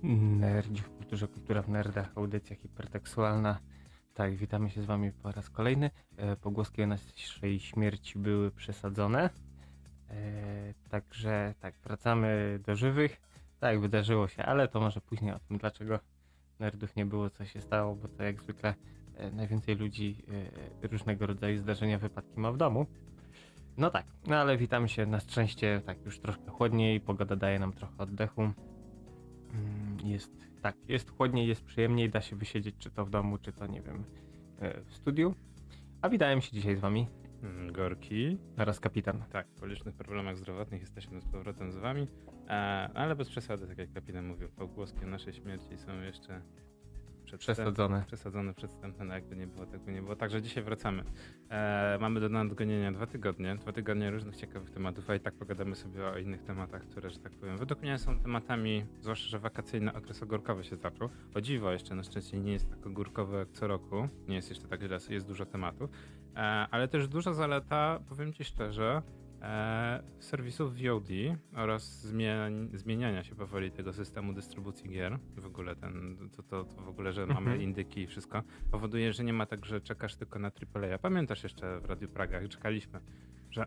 Nerdzi w kulturze, kultura w nerdach, audycja hipertekstualna. Tak, witamy się z wami po raz kolejny. Pogłoski o naszej śmierci były przesadzone. Także tak, wracamy do żywych. Tak, wydarzyło się, ale to może później o tym, dlaczego nerdów nie było, co się stało, bo to jak zwykle najwięcej ludzi różnego rodzaju zdarzenia, wypadki ma w domu. No tak, no ale witamy się na szczęście, tak już troszkę chłodniej, pogoda daje nam trochę oddechu. Jest chłodniej, jest przyjemniej, da się wysiedzieć czy to w domu, czy to nie wiem, w studiu. A witałem się dzisiaj z wami. Gorki. Oraz kapitan. Tak, po licznych problemach zdrowotnych jesteśmy z powrotem z wami, ale bez przesady, tak jak kapitan mówił, pogłoski o naszej śmierci są jeszcze przesadzone, przedstępne, no jakby nie było, tak by nie było. Także dzisiaj wracamy. Mamy do nadgonienia 2 tygodnie różnych ciekawych tematów, a i tak pogadamy sobie o innych tematach, które, że tak powiem, według mnie są tematami, zwłaszcza, że wakacyjny okres ogórkowy się zaczął. O dziwo, jeszcze na szczęście nie jest tak ogórkowy jak co roku, nie jest jeszcze tak źle, jest dużo tematów, ale też duża zaleta, powiem ci szczerze, serwisów VOD oraz zmieniania się powoli tego systemu dystrybucji gier. W ogóle to w ogóle, że mamy indyki i wszystko, powoduje, że nie ma tak, że czekasz tylko na AAA. Pamiętasz jeszcze w Radiu Praga, jak czekaliśmy, że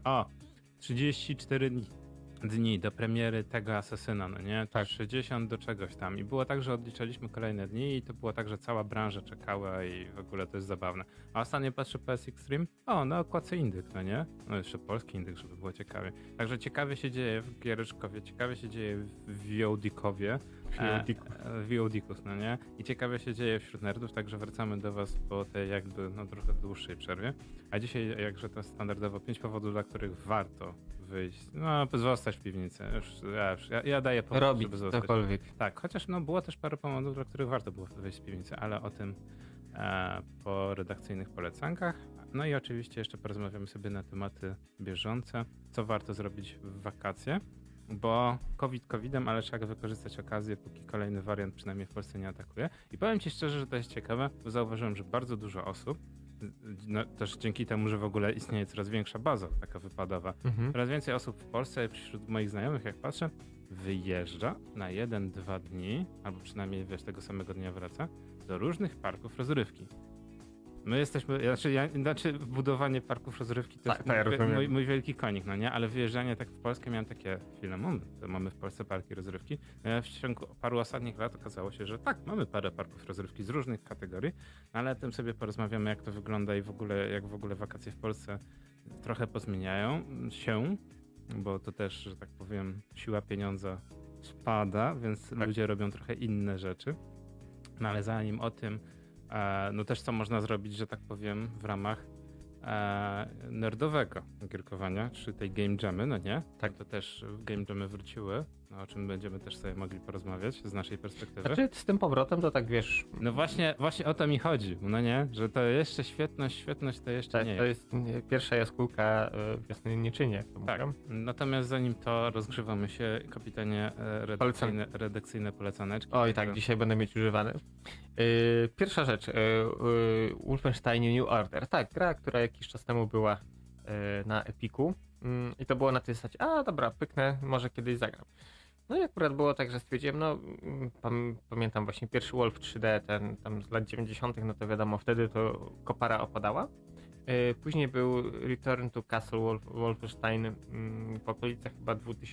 34 dni do premiery tego Asasyna, no nie? Tak. 60 do czegoś tam. I było tak, że odliczaliśmy kolejne dni i to było tak, że cała branża czekała i w ogóle to jest zabawne. A ostatnio patrzę PS Extreme, na okładce indyk, no nie? No jeszcze polski indyk, żeby było ciekawie. Także ciekawie się dzieje w Giereczkowie, ciekawie się dzieje w VOD-kowie. VOD-kus, no nie? I ciekawie się dzieje wśród nerdów, także wracamy do was po tej jakby trochę dłuższej przerwie. A dzisiaj, jakże to standardowo, 5 powodów, dla których warto wyjść, zostać w piwnicy. Ja daję powód, robić żeby zostać. cokolwiek. Tak, chociaż było też parę powodów, dla których warto było wyjść z piwnicy, ale o tym po redakcyjnych polecankach. No i oczywiście jeszcze porozmawiamy sobie na tematy bieżące, co warto zrobić w wakacje, bo COVID-em, ale trzeba wykorzystać okazję, póki kolejny wariant przynajmniej w Polsce nie atakuje. I powiem ci szczerze, że to jest ciekawe, bo zauważyłem, że bardzo dużo osób, też dzięki temu, że w ogóle istnieje coraz większa baza taka wypadowa. Coraz więcej osób w Polsce, wśród moich znajomych, jak patrzę, wyjeżdża na 1-2 dni, albo przynajmniej tego samego dnia wraca, do różnych parków rozrywki. My jesteśmy, budowanie parków rozrywki to jest mój wielki konik, no nie? Ale wyjeżdżanie tak w Polskę, miałem takie chwile, mamy w Polsce parki rozrywki. W ciągu paru ostatnich lat okazało się, że tak, mamy parę parków rozrywki z różnych kategorii, ale o tym sobie porozmawiamy, jak to wygląda i jak w ogóle wakacje w Polsce trochę pozmieniają się, bo to też, że tak powiem, siła pieniądza spada, więc ludzie robią trochę inne rzeczy. No ale zanim o tym, też co można zrobić, że tak powiem, w ramach nerdowego gierkowania, czy tej game jammy, no nie? Tak, to też game jammy wróciły, o czym będziemy też sobie mogli porozmawiać z naszej perspektywy. Znaczy z tym powrotem to tak wiesz... No właśnie o to mi chodzi, no nie? Że to jeszcze świetność to jeszcze nie jest. To jest pierwsza jaskółka wiosny nie czyni, jak to tak. Mówią. Natomiast zanim to rozgrzewamy się, kapitanie, redakcyjne polecaneczki. Oj tak, dzisiaj będę mieć używany. Pierwsza rzecz, Wolfenstein New Order. Tak, gra, która jakiś czas temu była na Epiku i to było na tej zasadzie, dobra, pyknę, może kiedyś zagram. No i akurat było tak, że stwierdziłem, pamiętam właśnie pierwszy Wolf 3D, ten tam z lat 90., no to wiadomo, wtedy to kopara opadała. Później był Return to Castle Wolfenstein w okolicach chyba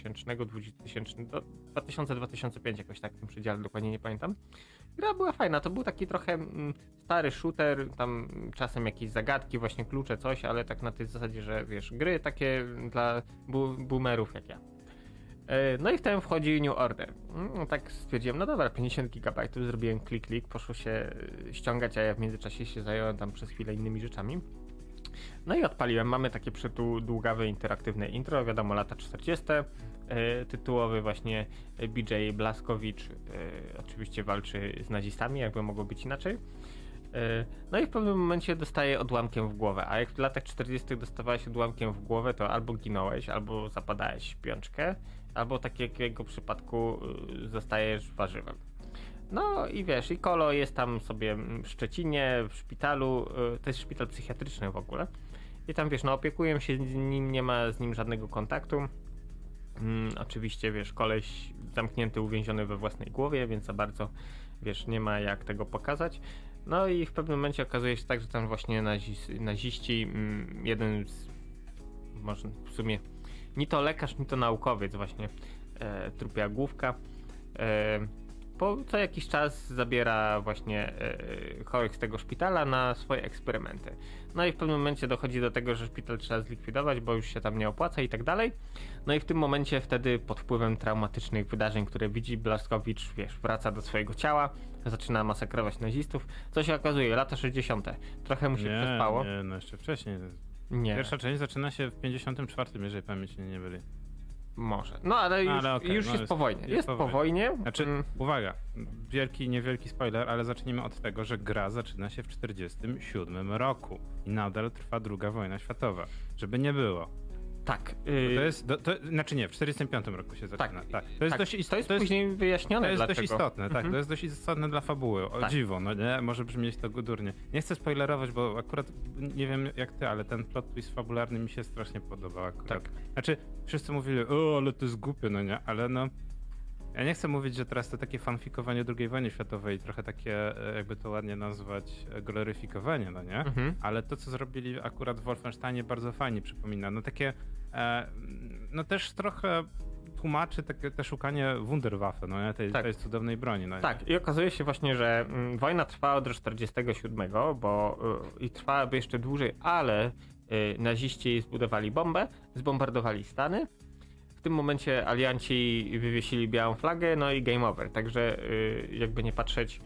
2000-2005, jakoś tak w tym przedziale, dokładnie nie pamiętam. Gra była fajna, to był taki trochę stary shooter, tam czasem jakieś zagadki, właśnie klucze, coś, ale tak na tej zasadzie, że wiesz, gry takie dla boomerów jak ja. No i wtedy wchodzi New Order. Tak stwierdziłem, dobra, 50 GB, zrobiłem klik, poszło się ściągać, a ja w międzyczasie się zająłem tam przez chwilę innymi rzeczami. No i odpaliłem, mamy takie długawe, interaktywne intro, wiadomo, lata 40. Tytułowy właśnie BJ Blazkowicz oczywiście walczy z nazistami, jakby mogło być inaczej. No i w pewnym momencie dostaje odłamkiem w głowę, a jak w latach 40. dostawałeś odłamkiem w głowę, to albo ginąłeś, albo zapadałeś w śpiączkę, albo tak jak w jego przypadku zostajesz warzywem. No i wiesz, i Kolo jest tam sobie w Szczecinie, w szpitalu, to jest szpital psychiatryczny w ogóle. I tam wiesz, opiekuję się z nim, nie ma z nim żadnego kontaktu. Oczywiście, wiesz, koleś zamknięty, uwięziony we własnej głowie, więc za bardzo, wiesz, nie ma jak tego pokazać. No i w pewnym momencie okazuje się tak, że tam właśnie naziści, jeden z, może w sumie, ni to lekarz, ni to naukowiec właśnie, Trupia Główka, po co jakiś czas zabiera właśnie chorych z tego szpitala na swoje eksperymenty. No i w pewnym momencie dochodzi do tego, że szpital trzeba zlikwidować, bo już się tam nie opłaca i tak dalej. No i w tym momencie wtedy pod wpływem traumatycznych wydarzeń, które widzi, Blaszkowicz, wiesz, wraca do swojego ciała, zaczyna masakrować nazistów. Co się okazuje, lata 60. Trochę mu się przespało. Nie, no jeszcze wcześniej. Nie. Pierwsza część zaczyna się w 54, jeżeli pamięć nie myli. Może. No ale już jest po wojnie. Jest po wojnie. Znaczy, uwaga, niewielki spoiler, ale zacznijmy od tego, że gra zaczyna się w 47 roku i nadal trwa II wojna światowa. Żeby nie było. Tak. Znaczy nie, w 45 roku się zaczyna. Tak. To jest dość to jest później wyjaśnione. To jest dlaczego. dość istotne, tak. To jest dość istotne dla fabuły. O dziwo, no nie? Może brzmieć to durnie. Nie chcę spoilerować, bo akurat nie wiem jak ty, ale ten plot twist fabularny mi się strasznie podobał akurat. Tak. Znaczy, wszyscy mówili, ale to jest głupie, no nie? Ale no... Ja nie chcę mówić, że teraz to takie fanfikowanie II wojny światowej, trochę takie, jakby to ładnie nazwać, gloryfikowanie, no nie? Ale to, co zrobili akurat w Wolfensteinie, bardzo fajnie przypomina. No takie, no też trochę tłumaczy te szukanie Wunderwaffe, no nie? Tej cudownej broni, no nie? Tak, i okazuje się właśnie, że wojna trwała do 47, bo i trwałaby jeszcze dłużej, ale naziści zbudowali bombę, zbombardowali Stany. W tym momencie alianci wywiesili białą flagę, no i game over. Także jakby nie patrzeć,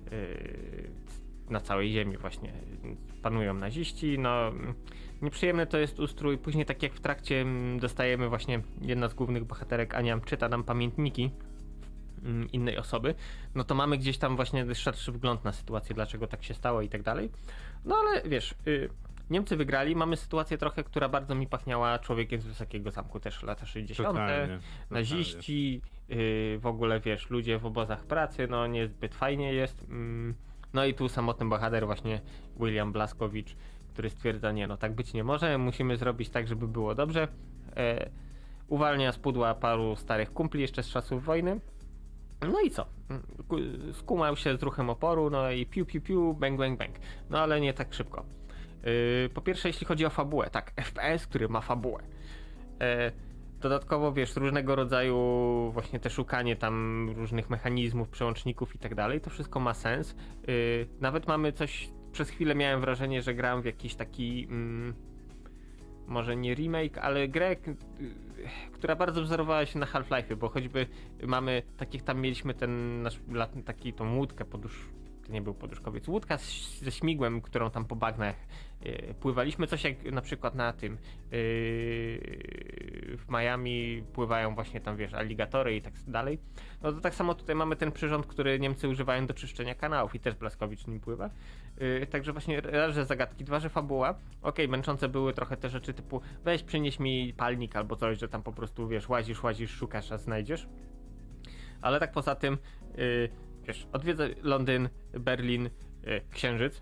na całej ziemi właśnie panują naziści. No nieprzyjemny to jest ustrój. Później tak jak w trakcie dostajemy właśnie, jedna z głównych bohaterek, Ania, czyta nam pamiętniki innej osoby, no to mamy gdzieś tam właśnie szerszy wgląd na sytuację, dlaczego tak się stało i tak dalej. No ale wiesz... Niemcy wygrali, mamy sytuację trochę, która bardzo mi pachniała Człowiekiem z Wysokiego Zamku, też lata 60. Totalnie. Naziści, w ogóle wiesz, ludzie w obozach pracy, no niezbyt fajnie jest. No i tu samotny bohater właśnie William Blaszkowicz, który stwierdza, nie no tak być nie może, musimy zrobić tak, żeby było dobrze. Uwalnia z pudła paru starych kumpli jeszcze z czasów wojny. No i co? Skumał się z ruchem oporu, no i piu piu piu, bang bang bang. No ale nie tak szybko. Po pierwsze, jeśli chodzi o fabułę, tak, FPS, który ma fabułę. Dodatkowo, wiesz, różnego rodzaju właśnie te szukanie tam różnych mechanizmów, przełączników i tak dalej, to wszystko ma sens. Nawet mamy coś, przez chwilę miałem wrażenie, że grałem w jakiś taki, może nie remake, ale grę, która bardzo wzorowała się na Half-Life'ie, bo choćby mamy, tak jak tam mieliśmy ten nasz, tą łódkę to nie był poduszkowiec, łódka ze śmigłem, którą tam po bagnach pływaliśmy, coś jak na przykład na tym w Miami pływają właśnie tam, wiesz, aligatory i tak dalej. No to tak samo tutaj mamy ten przyrząd, który Niemcy używają do czyszczenia kanałów i też Blaszkowicz nim pływa. Także właśnie raz, że zagadki, dwa, że fabuła. Okej, męczące były trochę te rzeczy typu weź przynieś mi palnik albo coś, że tam po prostu, wiesz, łazisz, szukasz, a znajdziesz. Ale tak poza tym wiesz, odwiedzę Londyn, Berlin, Księżyc.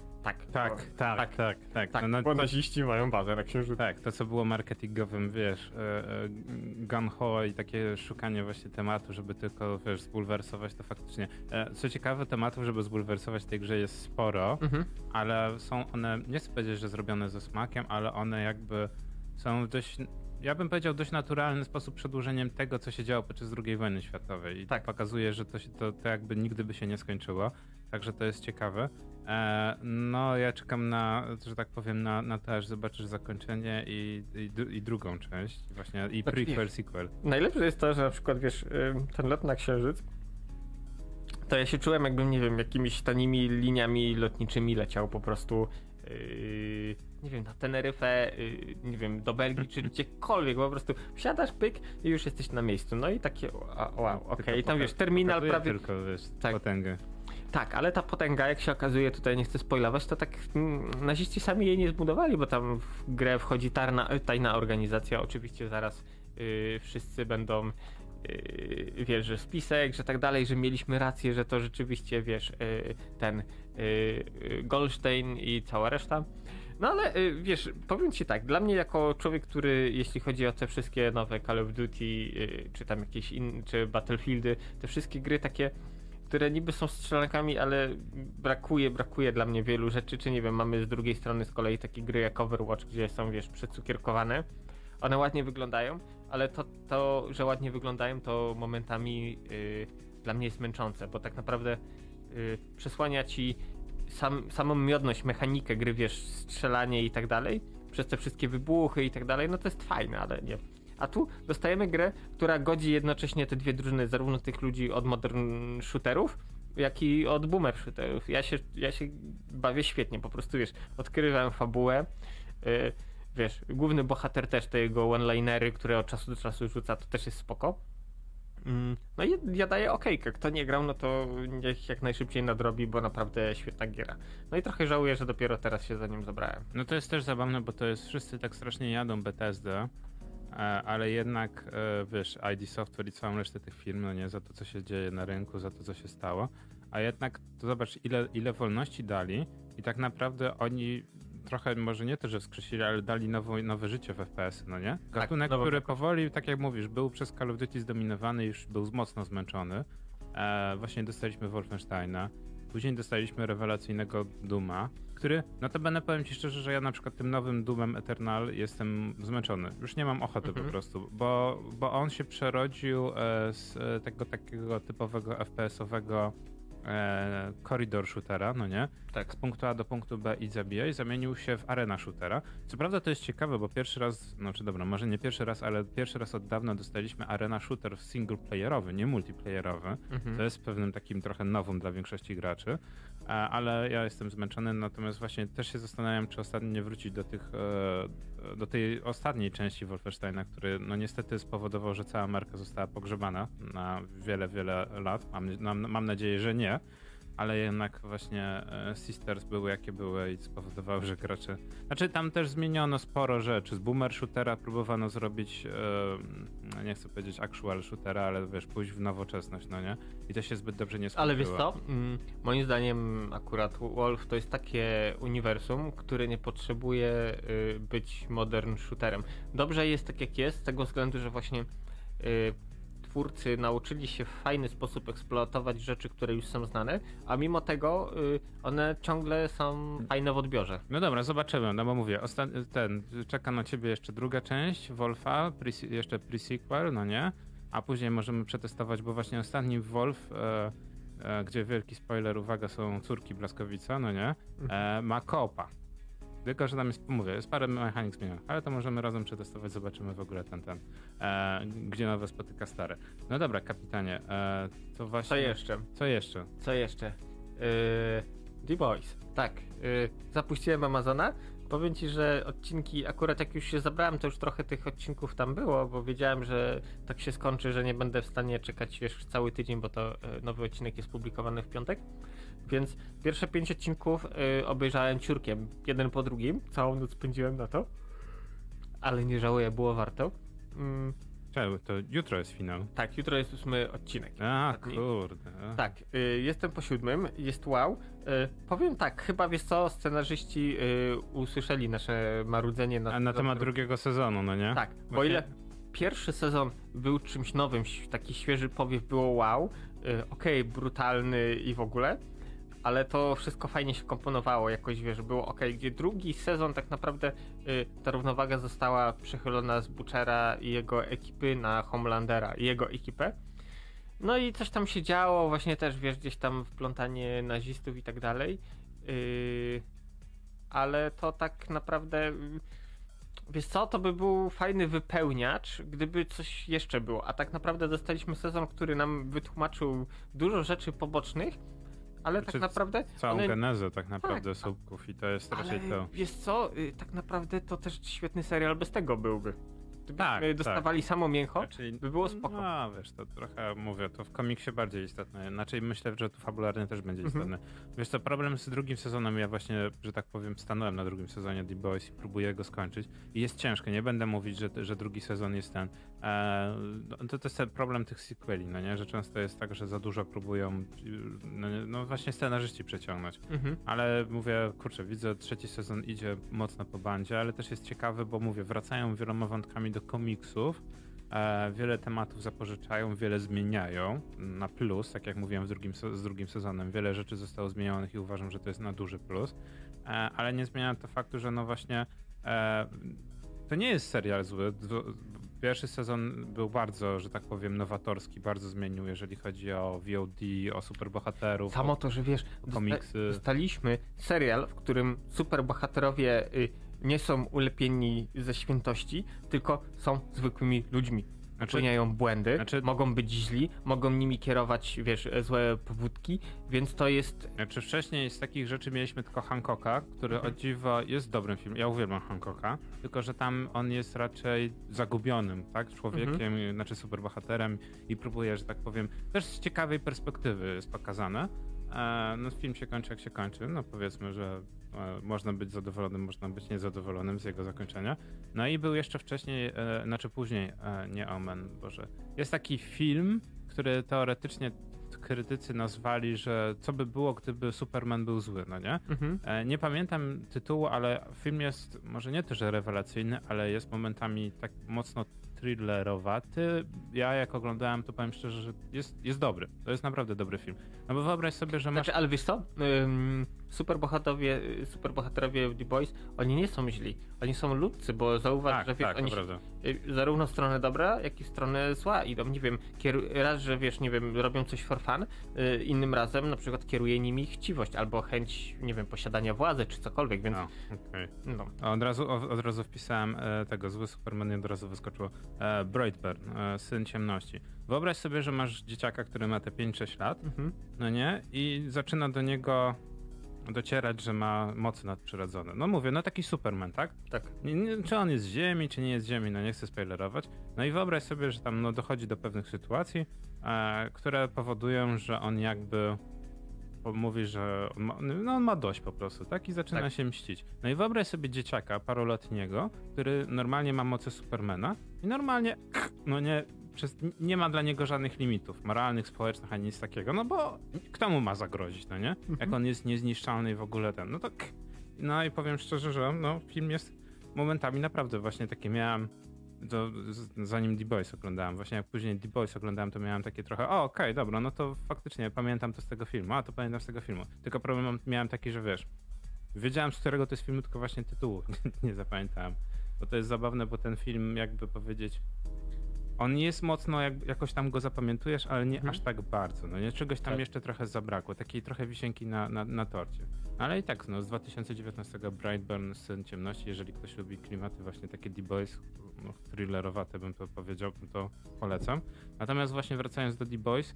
Tak, no, bo naziści mają bazę na Księżycu. Tak, to co było marketingowym, wiesz, gun-ho i takie szukanie właśnie tematu, żeby tylko, wiesz, zbulwersować, to faktycznie. Co ciekawe, tematów, żeby zbulwersować w tej grze jest sporo, ale są one, nie chcę powiedzieć, że zrobione ze smakiem, ale one jakby są w dość, ja bym powiedział, dość naturalny sposób przedłużeniem tego, co się działo podczas II wojny światowej. I to pokazuje, że to jakby nigdy by się nie skończyło. Także to jest ciekawe. No ja czekam na, że tak powiem, na to, aż zobaczysz zakończenie i drugą część. Właśnie i prequel, sequel. Najlepsze jest to, że na przykład, wiesz, ten lot na Księżyc, to ja się czułem, jakbym, nie wiem, jakimiś tanimi liniami lotniczymi leciał po prostu nie wiem, na Teneryfę, nie wiem, do Belgii czy gdziekolwiek, po prostu wsiadasz, pyk i już jesteś na miejscu. No i takie, wow, okej. I tam, wiesz, terminal prawie... tylko, wiesz, potęgę. Tak, ale ta potęga, jak się okazuje, tutaj nie chcę spoilować, to tak naziści sami jej nie zbudowali, bo tam w grę wchodzi tajna organizacja, oczywiście zaraz wszyscy będą wiesz, że spisek, że tak dalej, że mieliśmy rację, że to rzeczywiście, wiesz, ten Goldstein i cała reszta. No ale wiesz, powiem ci tak, dla mnie jako człowiek, który jeśli chodzi o te wszystkie nowe Call of Duty, czy tam jakieś inne, czy Battlefieldy, te wszystkie gry takie, które niby są strzelankami, ale brakuje dla mnie wielu rzeczy, czy nie wiem, mamy z drugiej strony z kolei takie gry jak Overwatch, gdzie są, wiesz, przecukierkowane. One ładnie wyglądają, ale to że ładnie wyglądają, to momentami dla mnie jest męczące, bo tak naprawdę przesłania ci samą miodność, mechanikę gry, wiesz, strzelanie i tak dalej, przez te wszystkie wybuchy i tak dalej, no to jest fajne, ale nie. A tu dostajemy grę, która godzi jednocześnie te dwie drużyny, zarówno tych ludzi od modern shooterów, jak i od boomer shooterów. Ja się bawię świetnie, po prostu, wiesz, odkrywam fabułę, wiesz, główny bohater też, te jego one-linery, które od czasu do czasu rzuca, to też jest spoko. No i ja daję okejkę. Kto nie grał, no to niech jak najszybciej nadrobi, bo naprawdę świetna giera. No i trochę żałuję, że dopiero teraz się za nim zabrałem. No to jest też zabawne, bo to jest, wszyscy tak strasznie jadą Bethesda, ale jednak, wiesz, ID Software i całą resztę tych firm, no nie, za to, co się dzieje na rynku, za to, co się stało, a jednak, to zobacz, ile wolności dali i tak naprawdę oni trochę, może nie to, że wskrzesili, ale dali nowe życie w FPS-y, no nie? Gatunek, tak, który powoli, tak jak mówisz, był przez Call of Duty zdominowany, już był mocno zmęczony. Właśnie dostaliśmy Wolfensteina, później dostaliśmy rewelacyjnego Dooma, który, notabene powiem ci szczerze, że ja na przykład tym nowym Doomem Eternal jestem zmęczony. Już nie mam ochoty po prostu, bo on się przerodził z tego takiego typowego FPS-owego corridor shootera, no nie? Tak. Z punktu A do punktu B i zabijaj, zamienił się w arena shootera. Co prawda to jest ciekawe, bo pierwszy raz, znaczy dobra, może nie pierwszy raz, ale pierwszy raz od dawna dostaliśmy arena shooter singleplayerowy, nie multiplayerowy. To jest pewnym takim trochę nowym dla większości graczy, ale ja jestem zmęczony, natomiast właśnie też się zastanawiam, czy ostatnio nie wrócić do tej ostatniej części Wolfensteina, który no niestety spowodował, że cała marka została pogrzebana na wiele, wiele lat. Mam nadzieję, że nie, ale jednak właśnie Sisters były jakie były i spowodowały, że gracze... Znaczy tam też zmieniono sporo rzeczy. Z boomer shootera próbowano zrobić, nie chcę powiedzieć actual shootera, ale wiesz, pójść w nowoczesność, no nie? I to się zbyt dobrze nie skończyło. Ale wiesz co? Moim zdaniem akurat Wolf to jest takie uniwersum, które nie potrzebuje być modern shooterem. Dobrze jest tak jak jest, z tego względu, że właśnie twórcy nauczyli się w fajny sposób eksploatować rzeczy, które już są znane, a mimo tego one ciągle są fajne w odbiorze. No dobra, zobaczymy, no bo mówię, czeka na ciebie jeszcze druga część Wolfa, jeszcze pre-sequel, no nie? A później możemy przetestować, bo właśnie ostatni Wolf, gdzie wielki spoiler, uwaga, są córki Blaskowica, no nie? Ma koopa. Tylko, że tam jest parę mechanik zmienionych, ale to możemy razem przetestować, zobaczymy w ogóle gdzie nowe spotyka stare. No dobra, kapitanie, to właśnie... Co jeszcze? The Boys. Tak, zapuściłem Amazona. Powiem ci, że odcinki, akurat jak już się zabrałem, to już trochę tych odcinków tam było, bo wiedziałem, że tak się skończy, że nie będę w stanie czekać wiesz, cały tydzień, bo to nowy odcinek jest publikowany w piątek. Więc pierwsze 5 odcinków obejrzałem ciurkiem, jeden po drugim. Całą noc spędziłem na to. Ale nie żałuję, było warto. To jutro jest finał. Tak, jutro jest 8 odcinek. Kurde. Tak, jestem po 7, jest wow. Powiem tak, chyba wiesz co, scenarzyści usłyszeli nasze marudzenie na temat drugiego sezonu, no nie? Tak, bo ile pierwszy sezon był czymś nowym, taki świeży powiew, było wow, okej, brutalny i w ogóle, ale to wszystko fajnie się komponowało, jakoś wiesz, było okej, gdzie drugi sezon tak naprawdę ta równowaga została przechylona z Butchera i jego ekipy na Homelandera i jego ekipę. No i coś tam się działo, właśnie też wiesz, gdzieś tam wplątanie nazistów i tak dalej, ale to tak naprawdę... Wiesz co, to by był fajny wypełniacz, gdyby coś jeszcze było, a tak naprawdę dostaliśmy sezon, który nam wytłumaczył dużo rzeczy pobocznych, ale tak naprawdę... Całą genezę tak naprawdę słupków i to jest raczej to... Wiesz co, tak naprawdę to też świetny serial bez tego byłby. gdybyśmy dostawali samo mięcho, by było spoko. No wiesz, to trochę mówię, to w komiksie bardziej istotne. Znaczy myślę, że tu fabularnie też będzie istotne. Wiesz co, problem z drugim sezonem, ja właśnie, że tak powiem, stanąłem na drugim sezonie The Boys i próbuję go skończyć. I jest ciężko, nie będę mówić, że drugi sezon jest ten. To jest ten problem tych sequeli, no nie? Że często jest tak, że za dużo próbują no właśnie scenarzyści przeciągnąć. Ale mówię, kurczę, widzę, trzeci sezon idzie mocno po bandzie, ale też jest ciekawy, bo mówię, wracają wieloma wątkami do komiksów, wiele tematów zapożyczają, wiele zmieniają na plus, tak jak mówiłem z drugim sezonem, wiele rzeczy zostało zmienionych i uważam, że to jest na duży plus, ale nie zmienia to faktu, że no właśnie to nie jest serial zły. Pierwszy sezon był bardzo, że tak powiem, nowatorski, bardzo zmienił, jeżeli chodzi o VOD, o superbohaterów. Samo to, że wiesz, komiksy. Dostaliśmy serial, w którym superbohaterowie nie są ulepieni ze świętości, tylko są zwykłymi ludźmi. Popełniają błędy, mogą być źli, mogą nimi kierować, wiesz, złe powódki, więc to jest... Znaczy wcześniej z takich rzeczy mieliśmy tylko Hancocka, który o dziwo jest dobrym filmem. Ja uwielbiam Hancocka, tylko że tam on jest raczej zagubionym, tak? Człowiekiem, znaczy superbohaterem i próbuje, że tak powiem, też z ciekawej perspektywy jest pokazane. No film się kończy jak się kończy, no powiedzmy, że można być zadowolonym, można być niezadowolonym z jego zakończenia. No i był jeszcze wcześniej, później, nie Omen, Boże. Jest taki film, który teoretycznie krytycy nazwali, że co by było, gdyby Superman był zły, no nie? Nie pamiętam tytułu, ale film jest może nie to, że rewelacyjny, ale jest momentami tak mocno thrillerowaty. Ja jak oglądałem, to powiem szczerze, że jest dobry. To jest naprawdę dobry film. No bo wyobraź sobie, że masz... ale wiesz co? Superbohaterowie The Boys, oni nie są źli. Oni są ludcy, bo zauważ, że wiesz, oni zarówno w stronę dobra, jak i w stronę zła idą. Nie wiem, raz, że wiesz, nie wiem, robią coś for fun, innym razem na przykład kieruje nimi chciwość albo chęć, nie wiem, posiadania władzy czy cokolwiek, więc... No. Od razu wpisałem tego, zły Superman i od razu wyskoczyło Brightburn, Syn Ciemności. Wyobraź sobie, że masz dzieciaka, który ma te 5-6 lat, no nie? I zaczyna do niego docierać, że ma mocy nadprzyrodzone. No mówię, no taki Superman, tak? Tak. Czy on jest z Ziemi, czy nie jest z Ziemi, no nie chcę spoilerować. No i wyobraź sobie, że tam no, dochodzi do pewnych sytuacji, które powodują, że on jakby mówi, że on ma dość po prostu, tak? I zaczyna się mścić. No i wyobraź sobie dzieciaka paroletniego, który normalnie ma moce Supermana i normalnie, no nie ma dla niego żadnych limitów moralnych, społecznych, ani nic takiego, no bo kto mu ma zagrozić, no nie? Jak on jest niezniszczalny i w ogóle ten, no to no i powiem szczerze, że no film jest momentami naprawdę właśnie takie miałem, zanim The Boys oglądałem, właśnie jak później The Boys oglądałem, to miałem takie trochę, okej, dobra, no to faktycznie pamiętam to z tego filmu, to pamiętam z tego filmu. Tylko problem miałem taki, że wiesz, wiedziałem z którego to jest filmu, tylko właśnie tytułu nie zapamiętałem. Bo to jest zabawne, bo ten film, jakby powiedzieć, on jest mocno, jakoś tam go zapamiętujesz, ale nie aż tak bardzo, no nie? Czegoś tam jeszcze trochę zabrakło, takiej trochę wisienki na torcie. Ale i tak, no z 2019 Brightburn, Syn Ciemności, jeżeli ktoś lubi klimaty właśnie takie The Boys, no thrillerowate bym to powiedział, to polecam. Natomiast właśnie wracając do The Boys,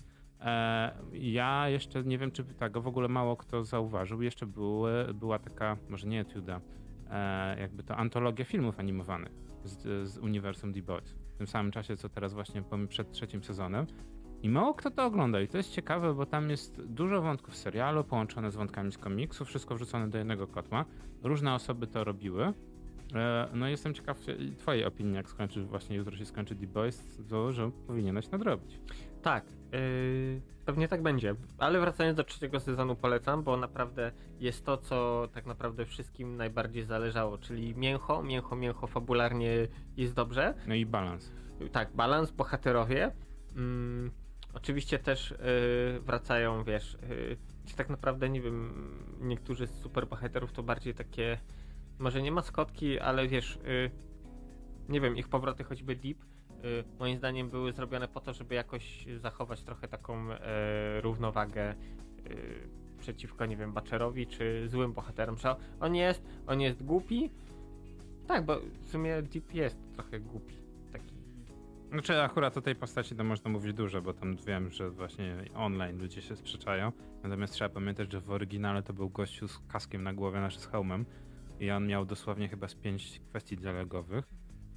ja jeszcze nie wiem, czy tak, w ogóle mało kto zauważył, jeszcze była taka, może nie etiuda, jakby to antologia filmów animowanych z uniwersum The Boys. W tym samym czasie, co teraz właśnie przed trzecim sezonem. I mało kto to ogląda i to jest ciekawe, bo tam jest dużo wątków z serialu połączone z wątkami z komiksu, wszystko wrzucone do jednego kotła. Różne osoby to robiły. No jestem ciekaw twojej opinii, jak właśnie jutro się skończy The Boys, to że powinieneś nadrobić. Tak, pewnie tak będzie, ale wracając do trzeciego sezonu polecam, bo naprawdę jest to, co tak naprawdę wszystkim najbardziej zależało, czyli mięcho, fabularnie jest dobrze. No i balans. Tak, balans, bohaterowie. Oczywiście też wracają, wiesz, tak naprawdę nie wiem, niektórzy z superbohaterów to bardziej takie, może nie maskotki, ale wiesz, nie wiem, ich powroty choćby Deep, moim zdaniem były zrobione po to, żeby jakoś zachować trochę taką równowagę przeciwko, nie wiem, Butcherowi czy złym bohaterom. On jest głupi. Tak, bo w sumie Deep jest trochę głupi. Taki. Znaczy akurat o tej postaci to można mówić dużo, bo tam wiem, że właśnie online ludzie się sprzeczają. Natomiast trzeba pamiętać, że w oryginale to był gościu z kaskiem na głowie, z hełmem. I on miał dosłownie chyba z 5 kwestii dialogowych.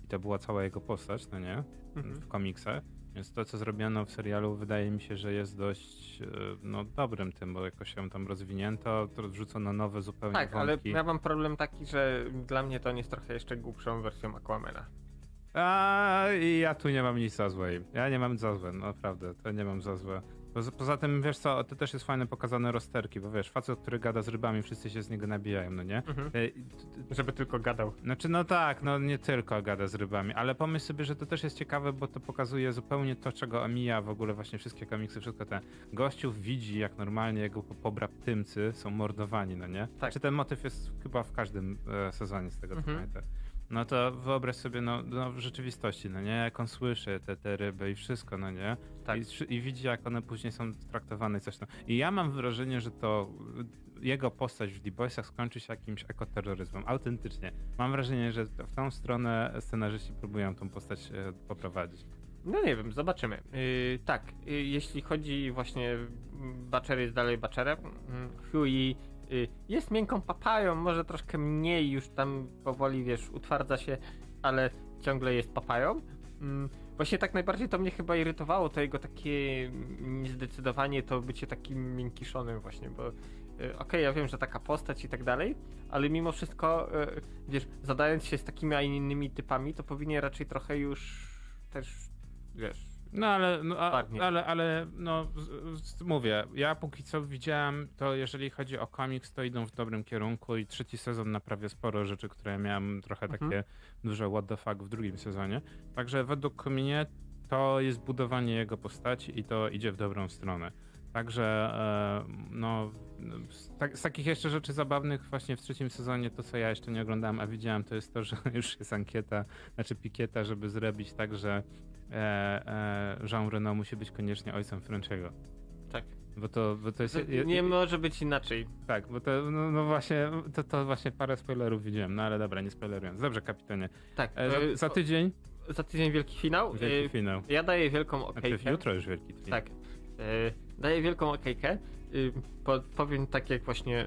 i to była cała jego postać, no nie? W komiksach. Więc to, co zrobiono w serialu, wydaje mi się, że jest dość dobrym tym, bo jakoś się tam rozwinięto, to wrzucono nowe zupełnie tak, wątki. Ale ja mam problem taki, że dla mnie to on jest trochę jeszcze głupszą wersją Aquamana. I ja tu nie mam nic za złe. Ja nie mam za złe, naprawdę, to nie mam za złe. Poza tym, wiesz co, to też jest fajne pokazane rozterki, bo wiesz, facet, który gada z rybami, wszyscy się z niego nabijają, no nie? Żeby tylko gadał. Znaczy, no tak, no nie tylko gada z rybami, ale pomyśl sobie, że to też jest ciekawe, bo to pokazuje zupełnie to, czego omija w ogóle właśnie wszystkie komiksy, wszystko te. Gościów widzi, jak normalnie jego pobraptymcy są mordowani, no nie? Tak. Czy ten motyw jest chyba w każdym sezonie, z tego co pamiętam. No to wyobraź sobie, w rzeczywistości, no nie? Jak on słyszy te ryby i wszystko, no nie? Tak. I widzi, jak one później są traktowane i coś tam. I ja mam wrażenie, że to jego postać w The Boysach skończy się jakimś ekoterroryzmem. Autentycznie. Mam wrażenie, że w tą stronę scenarzyści próbują tą postać poprowadzić. No nie wiem, zobaczymy. Jeśli chodzi właśnie, Butcher jest dalej Butcherem. Huey jest miękką papają, może troszkę mniej już tam powoli, wiesz, utwardza się, ale ciągle jest papają. Właśnie tak najbardziej to mnie chyba irytowało, to jego takie niezdecydowanie, to bycie takim miękiszonym właśnie, bo okej, ja wiem, że taka postać i tak dalej, ale mimo wszystko, wiesz, zadając się z takimi, a innymi typami, to powinien raczej trochę już też, wiesz... Ale mówię, ja póki co widziałem, to jeżeli chodzi o komiks, to idą w dobrym kierunku i trzeci sezon naprawia sporo rzeczy, które miałem trochę takie duże what the fuck w drugim sezonie. Także według mnie to jest budowanie jego postaci i to idzie w dobrą stronę. Także z takich jeszcze rzeczy zabawnych właśnie w trzecim sezonie, to co ja jeszcze nie oglądałem, a widziałem, to jest to, że już jest pikieta, żeby zrobić tak, że Jean Reno musi być koniecznie ojcem Frenchiego. Tak. Bo to jest... Nie może być inaczej. Tak, bo to właśnie, to właśnie parę spoilerów widziałem, no ale dobra, nie spoilerując. Dobrze, kapitanie. Tak. Za tydzień? Za tydzień wielki finał. Finał. Ja daję wielką okejkę. Znaczy, jutro już wielki finał. Tak. Daję wielką okejkę. Powiem tak, jak właśnie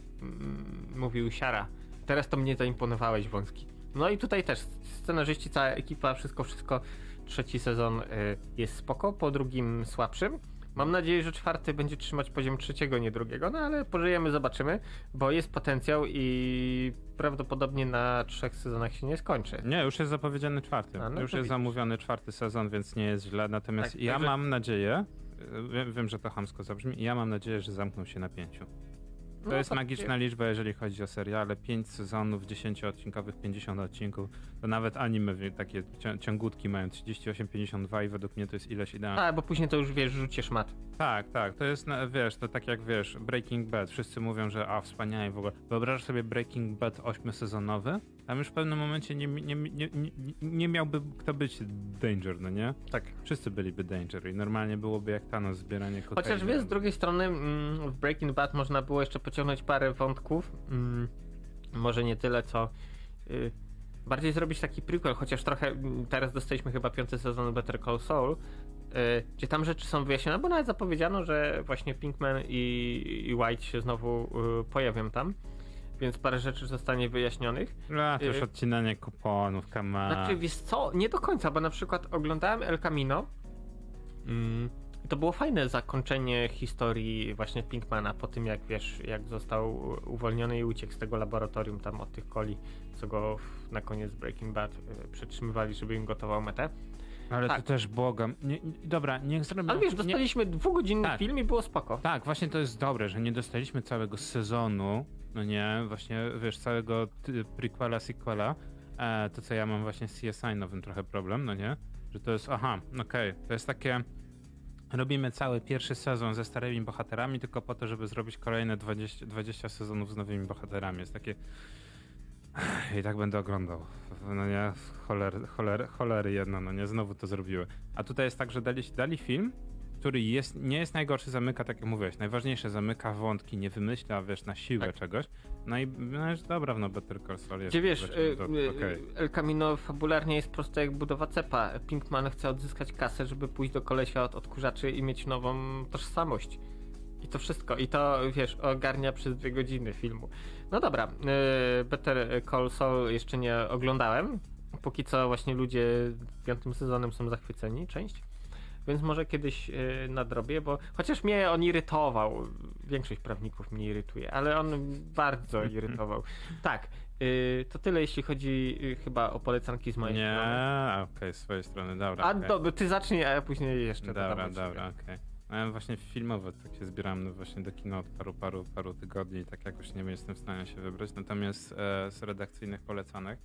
mówił Siara. Teraz to mnie zaimponowałeś, Wąski. No i tutaj też scenarzyści, cała ekipa, wszystko. Trzeci sezon jest spoko, po drugim słabszym. Mam nadzieję, że czwarty będzie trzymać poziom trzeciego, nie drugiego, no ale pożyjemy, zobaczymy, bo jest potencjał i prawdopodobnie na 3 sezonach się nie skończy. Nie, już jest zapowiedziany czwarty. Już jest zamówiony czwarty sezon, więc nie jest źle, natomiast tak, ja mam nadzieję, wiem, że to chamsko zabrzmi, ja mam nadzieję, że zamkną się na 5. To jest magiczna liczba, jeżeli chodzi o seriale. 5 sezonów, 10-odcinkowych, 50 odcinków. To nawet anime takie ciągutki mają 38-52 i według mnie to jest ileś idealne. Tak, bo później to już, wiesz, rzucie szmat. Tak. To jest, wiesz, to tak jak, wiesz, Breaking Bad. Wszyscy mówią, że wspaniale w ogóle. Wyobrażasz sobie Breaking Bad 8-sezonowy? Tam już w pewnym momencie nie miałby kto być Danger, no nie? Tak. Wszyscy byliby Danger i normalnie byłoby jak Thanos zbieranie kokainy. Chociaż wiesz, z drugiej strony w Breaking Bad można było jeszcze pociągnąć parę wątków. Może nie tyle, co bardziej zrobić taki prequel, chociaż trochę teraz dostaliśmy chyba 5. sezon Better Call Saul, gdzie tam rzeczy są wyjaśnione, bo nawet zapowiedziano, że właśnie Pinkman i White się znowu pojawią tam. Więc parę rzeczy zostanie wyjaśnionych. To już odcinanie kuponów, come on. Znaczy, wiesz co, nie do końca, bo na przykład oglądałem El Camino. To było fajne zakończenie historii właśnie Pinkmana po tym, jak wiesz, jak został uwolniony i uciekł z tego laboratorium tam od tych coli, co go na koniec Breaking Bad przetrzymywali, żeby im gotował metę. Ale tak. To też błagam. Dobra, niech zrobimy... Ale wiesz, dostaliśmy 2-godzinny film i było spoko. Tak, właśnie to jest dobre, że nie dostaliśmy całego sezonu, no nie, właśnie wiesz, całego prequela, sequela, to co ja mam właśnie z CSI nowym trochę problem, no nie, że to jest, to jest takie, robimy cały pierwszy sezon ze starymi bohaterami tylko po to, żeby zrobić kolejne 20 sezonów z nowymi bohaterami, jest takie i tak będę oglądał, no nie, cholery jedno, no nie, znowu to zrobiły, a tutaj jest tak, że dali film, który nie jest najgorszy, zamyka, tak jak mówiłeś, najważniejsze, zamyka wątki, nie wymyśla, wiesz, na siłę czegoś. No i dobra, Better Call Saul jest. Gdzie wiesz, El Camino fabularnie jest prosto jak budowa cepa. Pinkman chce odzyskać kasę, żeby pójść do kolesia od odkurzaczy i mieć nową tożsamość. I to wszystko. I to, wiesz, ogarnia przez 2 godziny filmu. No dobra, Better Call Saul jeszcze nie oglądałem. póki co właśnie ludzie 5. sezonem są zachwyceni, część. Więc może kiedyś nadrobię, bo chociaż mnie on irytował, większość prawników mnie irytuje, ale on bardzo irytował. Tak, to tyle jeśli chodzi chyba o polecanki z mojej strony. Nie, okej, z swojej strony, dobra. A dobra, ty zacznij, a ja później jeszcze. Dobra, okej. Ja właśnie filmowo tak się zbierałem właśnie do kina od paru tygodni, tak jakoś nie jestem w stanie się wybrać. Natomiast z redakcyjnych polecanek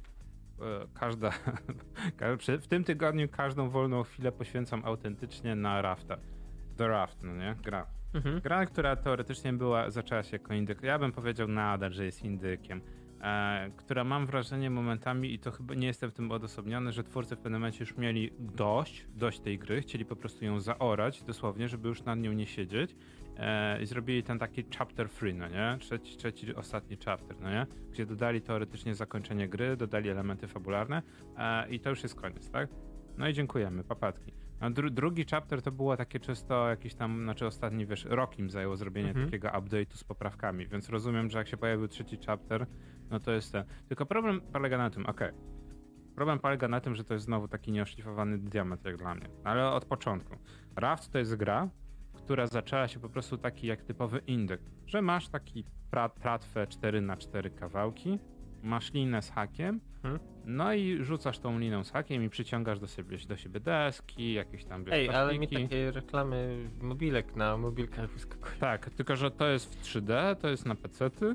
w tym tygodniu każdą wolną chwilę poświęcam autentycznie na Rafta. The Raft, no nie? Gra. Gra, która teoretycznie zaczęła się jako indyk. Ja bym powiedział nadal, że jest indykiem. Która mam wrażenie momentami, i to chyba nie jestem w tym odosobniony, że twórcy w pewnym momencie już mieli dość tej gry, chcieli po prostu ją zaorać dosłownie, żeby już nad nią nie siedzieć i zrobili ten taki chapter 3, no nie? Trzeci, ostatni chapter, no nie? Gdzie dodali teoretycznie zakończenie gry, dodali elementy fabularne i to już jest koniec, tak? No i dziękujemy, papatki. A drugi chapter to było takie czysto jakiś tam, znaczy ostatni, wiesz, rok im zajęło zrobienie takiego update'u z poprawkami, więc rozumiem, że jak się pojawił trzeci chapter, no to jest ten. Tylko problem polega na tym, problem polega na tym, że to jest znowu taki nieoszlifowany diament jak dla mnie, ale od początku. Raft to jest gra, która zaczęła się po prostu taki jak typowy indyk, że masz taki tratwę 4x4 kawałki, masz linę z hakiem, no i rzucasz tą liną z hakiem i przyciągasz do siebie deski, jakieś tam plastiki. Ale mi takie reklamy mobilek na mobilkach wyskakują. Tak, tylko że to jest w 3D, to jest na pecety.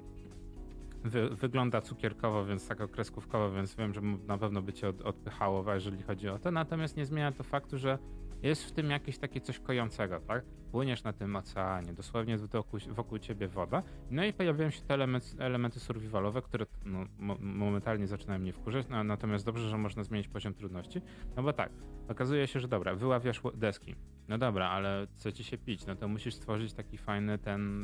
Wygląda cukierkowo, więc tak kreskówkowo, więc wiem, że na pewno by cię odpychało, jeżeli chodzi o to. Natomiast nie zmienia to faktu, że jest w tym jakieś takie coś kojącego, tak? Płyniesz na tym oceanie, dosłownie wokół ciebie woda, no i pojawiają się te elementy survivalowe, które momentalnie zaczynają mnie wkurzać, natomiast dobrze, że można zmienić poziom trudności, no bo tak, okazuje się, że dobra, wyławiasz deski, no dobra, ale chce ci się pić, no to musisz stworzyć taki fajny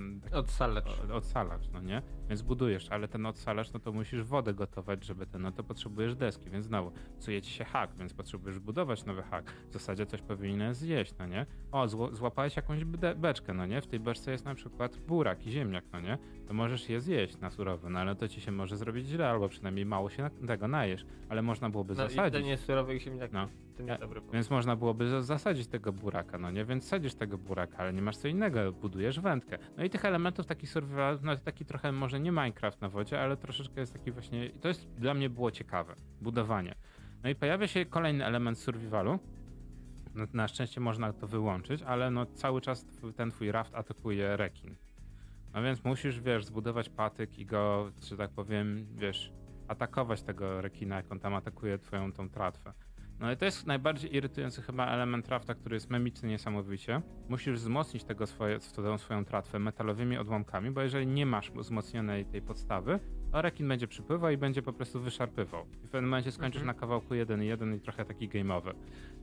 odsalacz, no nie? Więc budujesz, ale ten odsalacz, no to musisz wodę gotować, żeby no to potrzebujesz deski, więc znowu, psuje ci się hak, więc potrzebujesz budować nowy hak, w zasadzie coś powinieneś zjeść, no nie? O, złapałeś jakąś beczkę, no nie? W tej beczce jest na przykład burak i ziemniak, no nie? To możesz je zjeść na surowo, no ale to ci się może zrobić źle, albo przynajmniej mało się tego najesz, ale można byłoby zasadzić. Jedzenie surowych ziemniaków, to nie dobry pomysł. Więc można byłoby zasadzić tego buraka, no nie? Więc sadzisz tego buraka, ale nie masz co innego, budujesz wędkę. No i tych elementów takich survival, no taki trochę może nie Minecraft na wodzie, ale troszeczkę jest taki właśnie, to jest dla mnie było ciekawe, budowanie. No i pojawia się kolejny element survivalu. No, na szczęście można to wyłączyć, ale no cały czas ten twój raft atakuje rekin. No więc musisz, wiesz, zbudować patyk i go, że tak powiem, wiesz, atakować tego rekina, jak on tam atakuje twoją tą tratwę. No i to jest najbardziej irytujący chyba element rafta, który jest memiczny niesamowicie. Musisz wzmocnić tą swoją tratwę metalowymi odłamkami, bo jeżeli nie masz wzmocnionej tej podstawy, to rekin będzie przypływał i będzie po prostu wyszarpywał. I w pewnym momencie skończysz na kawałku 1.1 i trochę taki game'owy.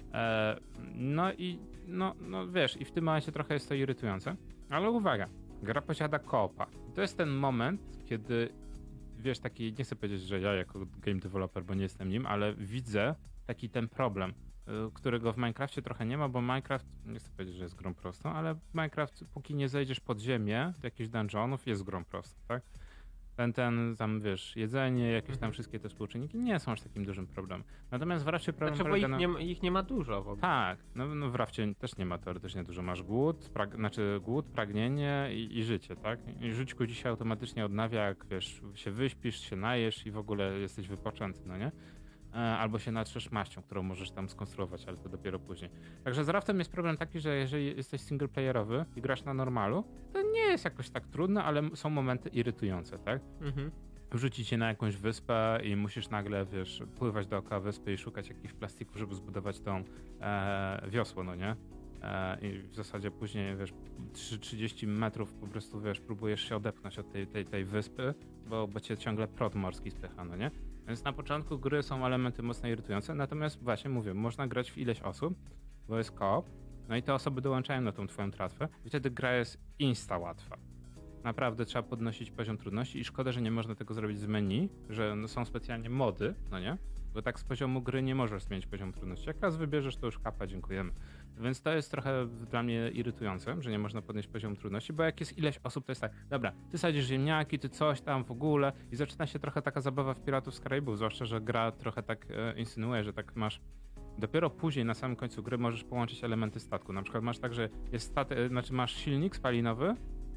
No i no wiesz, i w tym momencie trochę jest to irytujące, ale uwaga, gra posiada koopa. To jest ten moment, kiedy wiesz, taki, nie chcę powiedzieć, że ja jako game developer, bo nie jestem nim, ale widzę taki ten problem, którego w Minecrafcie trochę nie ma, bo Minecraft, nie chcę powiedzieć, że jest grą prostą, ale Minecraft, póki nie zejdziesz pod ziemię do jakichś dungeonów, jest grą prostą, tak? Ten tam, wiesz, jedzenie, jakieś tam wszystkie te współczynniki nie są aż takim dużym problemem. Natomiast w Rafcie problem polega na... ich nie ma dużo w ogóle. Tak, no w Rafcie też nie ma teoretycznie dużo. Masz głód, pragnienie i życie, tak? I żyćku dzisiaj automatycznie odnawia, jak wiesz, się wyśpisz, się najesz i w ogóle jesteś wypoczęty, no nie? Albo się natrzesz maścią, którą możesz tam skonstruować, ale to dopiero później. Także z Raftem jest problem taki, że jeżeli jesteś singleplayerowy i grasz na normalu, to nie jest jakoś tak trudne, ale są momenty irytujące, tak? Wrzuci cię na jakąś wyspę i musisz nagle, wiesz, pływać dookoła wyspy i szukać jakichś plastików, żeby zbudować tą wiosło, no nie? I w zasadzie później, wiesz, 30 metrów po prostu, wiesz, próbujesz się odepchnąć od tej wyspy, bo cię ciągle prąd morski spycha, no nie? Więc na początku gry są elementy mocno irytujące, natomiast właśnie mówię, można grać w ileś osób, bo jest koop, no i te osoby dołączają na tą twoją tratwę i wtedy gra jest insta łatwa. Naprawdę trzeba podnosić poziom trudności i szkoda, że nie można tego zrobić z menu, że są specjalnie mody, no nie? bo tak z poziomu gry nie możesz zmienić poziomu trudności. Jak raz wybierzesz, to już kapa, dziękujemy. Więc to jest trochę dla mnie irytujące, że nie można podnieść poziomu trudności, bo jak jest ileś osób, to jest tak, dobra, ty sadzisz ziemniaki, ty coś tam w ogóle i zaczyna się trochę taka zabawa w Piratów z Karaibów, zwłaszcza, że gra trochę tak insynuuje, że tak masz dopiero później na samym końcu gry możesz połączyć elementy statku. Na przykład masz tak, że jest znaczy masz silnik spalinowy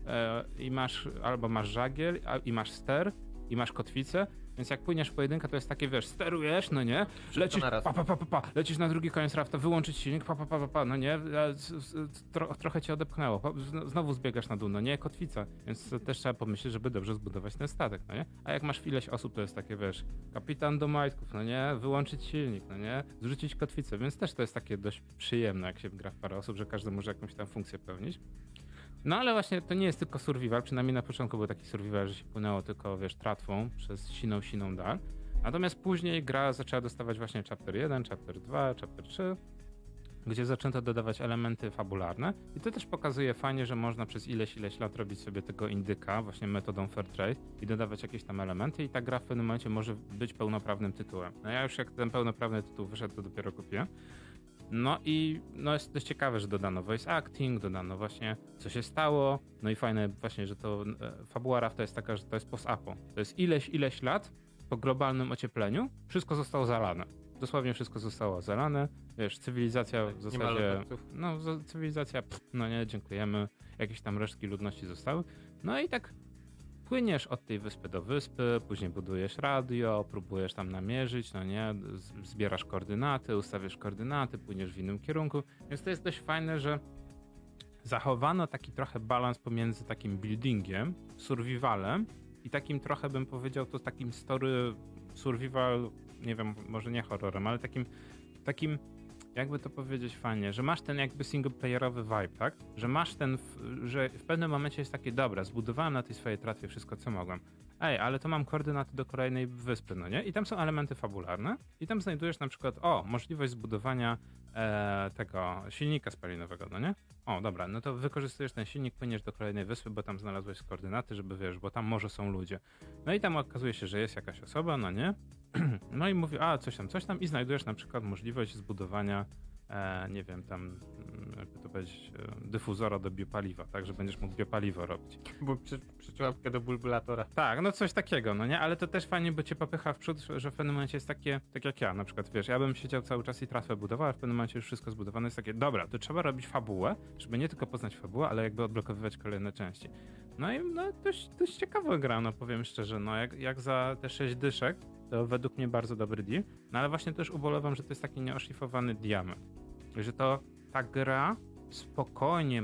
i albo masz żagiel i masz ster i masz kotwicę. Więc jak płyniesz w pojedynkę, to jest takie, wiesz, sterujesz, no nie? Lecisz, lecisz na drugi koniec rafta, wyłączyć silnik, no nie? Trochę cię odepchnęło, znowu zbiegasz na dół, no nie? Kotwica. Więc też trzeba pomyśleć, żeby dobrze zbudować ten statek, no nie? A jak masz ileś osób, to jest takie, wiesz, kapitan do majtków, no nie? Wyłączyć silnik, no nie? Zrzucić kotwicę, więc też to jest takie dość przyjemne, jak się gra w parę osób, że każdy może jakąś tam funkcję pełnić. No ale właśnie to nie jest tylko survival, przynajmniej na początku był taki survival, że się płynęło tylko, wiesz, tratwą przez siną dal. Natomiast później gra zaczęła dostawać właśnie chapter 1, chapter 2, chapter 3, gdzie zaczęto dodawać elementy fabularne i to też pokazuje fajnie, że można przez ileś lat robić sobie tego indyka właśnie metodą fair trade i dodawać jakieś tam elementy i ta gra w pewnym momencie może być pełnoprawnym tytułem. No ja już jak ten pełnoprawny tytuł wyszedł, to dopiero kupiłem. No i no jest dość ciekawe, że dodano voice acting, dodano właśnie co się stało, no i fajne właśnie, że to fabuła Rafta jest taka, że to jest post-apo. To jest ileś lat po globalnym ociepleniu, wszystko zostało zalane. Dosłownie wszystko zostało zalane, wiesz, cywilizacja w zasadzie, no cywilizacja, no nie, dziękujemy, jakieś tam resztki ludności zostały. No i tak płyniesz od tej wyspy do wyspy, później budujesz radio, próbujesz tam namierzyć, no nie, zbierasz koordynaty, ustawiasz koordynaty, płyniesz w innym kierunku, więc to jest dość fajne, że zachowano taki trochę balans pomiędzy takim buildingiem, survivalem i takim trochę bym powiedział to takim story survival, nie wiem, może nie horrorem, ale takim jakby to powiedzieć fajnie, że masz ten jakby singleplayerowy vibe, tak? Że masz że w pewnym momencie jest takie, dobra, zbudowałem na tej swojej tratwie wszystko, co mogłem. Ale to mam koordynaty do kolejnej wyspy, no nie? I tam są elementy fabularne i tam znajdujesz na przykład, możliwość zbudowania tego silnika spalinowego, no nie? Dobra, no to wykorzystujesz ten silnik, płyniesz do kolejnej wyspy, bo tam znalazłeś koordynaty, żeby wiesz, bo tam może są ludzie. No i tam okazuje się, że jest jakaś osoba, no nie? No i mówi, coś tam i znajdujesz na przykład możliwość zbudowania nie wiem, tam jakby to powiedzieć, dyfuzora do biopaliwa, tak, że będziesz mógł biopaliwo robić. Bo przyczółapkę do bulbulatora. Tak, no coś takiego, no nie, ale to też fajnie, bo cię popycha w przód, że w pewnym momencie jest takie, tak jak ja na przykład, wiesz, ja bym siedział cały czas i tratwę budował, a w pewnym momencie już wszystko zbudowane jest takie, dobra, to trzeba robić fabułę, żeby nie tylko poznać fabułę, ale jakby odblokowywać kolejne części. No i dość ciekawa gra, no powiem szczerze, no jak za te 6 dyszek, to według mnie bardzo dobry deal, no ale właśnie też ubolewam, że to jest taki nieoszlifowany diament. Że ta gra spokojnie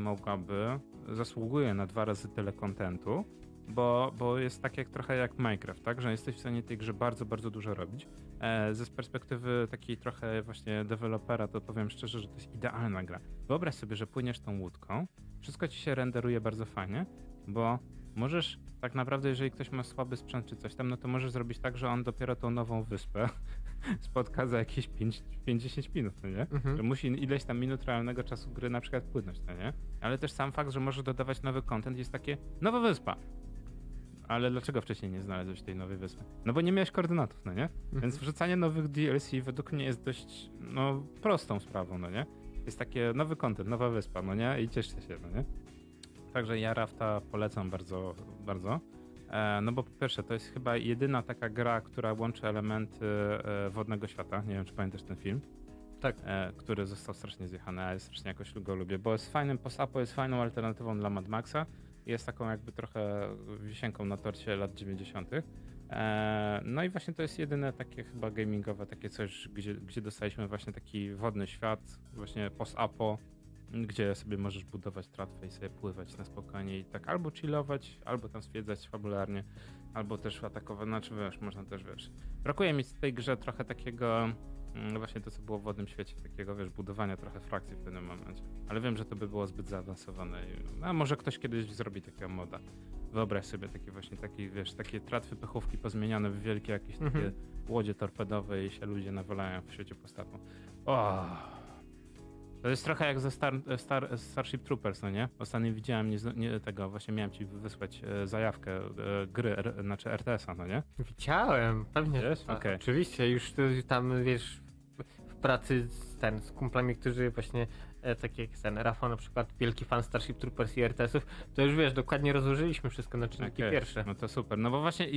zasługuje na 2 razy tyle kontentu, bo jest tak trochę jak Minecraft, tak? Że jesteś w stanie tej grze bardzo, bardzo dużo robić. Z perspektywy takiej trochę właśnie dewelopera, to powiem szczerze, że to jest idealna gra. Wyobraź sobie, że płyniesz tą łódką, wszystko ci się renderuje bardzo fajnie, bo możesz tak naprawdę, jeżeli ktoś ma słaby sprzęt czy coś tam, no to możesz zrobić tak, że on dopiero tą nową wyspę spotka za jakieś 5-10 minut, no nie? Że musi ileś tam minut realnego czasu gry na przykład płynąć, no nie? Ale też sam fakt, że możesz dodawać nowy content jest takie, nowa wyspa. Ale dlaczego wcześniej nie znalazłeś tej nowej wyspy? No bo nie miałeś koordynatów, no nie? Więc wrzucanie nowych DLC według mnie jest dość, no, prostą sprawą, no nie? Jest takie nowy content, nowa wyspa, no nie? I cieszcie się, no nie? Także ja Rafta polecam bardzo, bardzo. No bo po pierwsze, to jest chyba jedyna taka gra, która łączy elementy Wodnego Świata. Nie wiem, czy pamiętasz ten film? Tak. Który został strasznie zjechany, a ja strasznie jakoś go lubię, bo jest fajnym post-apo, jest fajną alternatywą dla Mad Maxa. Jest taką jakby trochę wisienką na torcie lat 90. No i właśnie to jest jedyne takie chyba gamingowe takie coś, gdzie dostaliśmy właśnie taki wodny świat, właśnie post-apo, gdzie sobie możesz budować tratwę i sobie pływać na spokojnie i tak albo chillować, albo tam zwiedzać fabularnie, albo też atakować, znaczy wiesz, można też, wiesz. Brakuje mi w tej grze trochę takiego, właśnie to co było w Wodnym Świecie, takiego, wiesz, budowania trochę frakcji w pewnym momencie. Ale wiem, że to by było zbyt zaawansowane. A może ktoś kiedyś zrobi takiego moda. Wyobraź sobie takie tratwy, pychówki pozmieniane w wielkie jakieś takie łodzie torpedowe i się ludzie nawalają w świecie postapu. To jest trochę jak ze Starship Troopers, no nie? Ostatnio widziałem tego, właśnie miałem ci wysłać zajawkę gry, znaczy RTS-a, no nie? Widziałem, pewnie. Wiesz? Okay. Oczywiście, już tam, wiesz, w pracy z kumplami, którzy właśnie, tak jak ten Rafał na przykład, wielki fan Starship Troopers i RTS-ów, to już wiesz, dokładnie rozłożyliśmy wszystko na czynniki pierwsze. No to super, no bo właśnie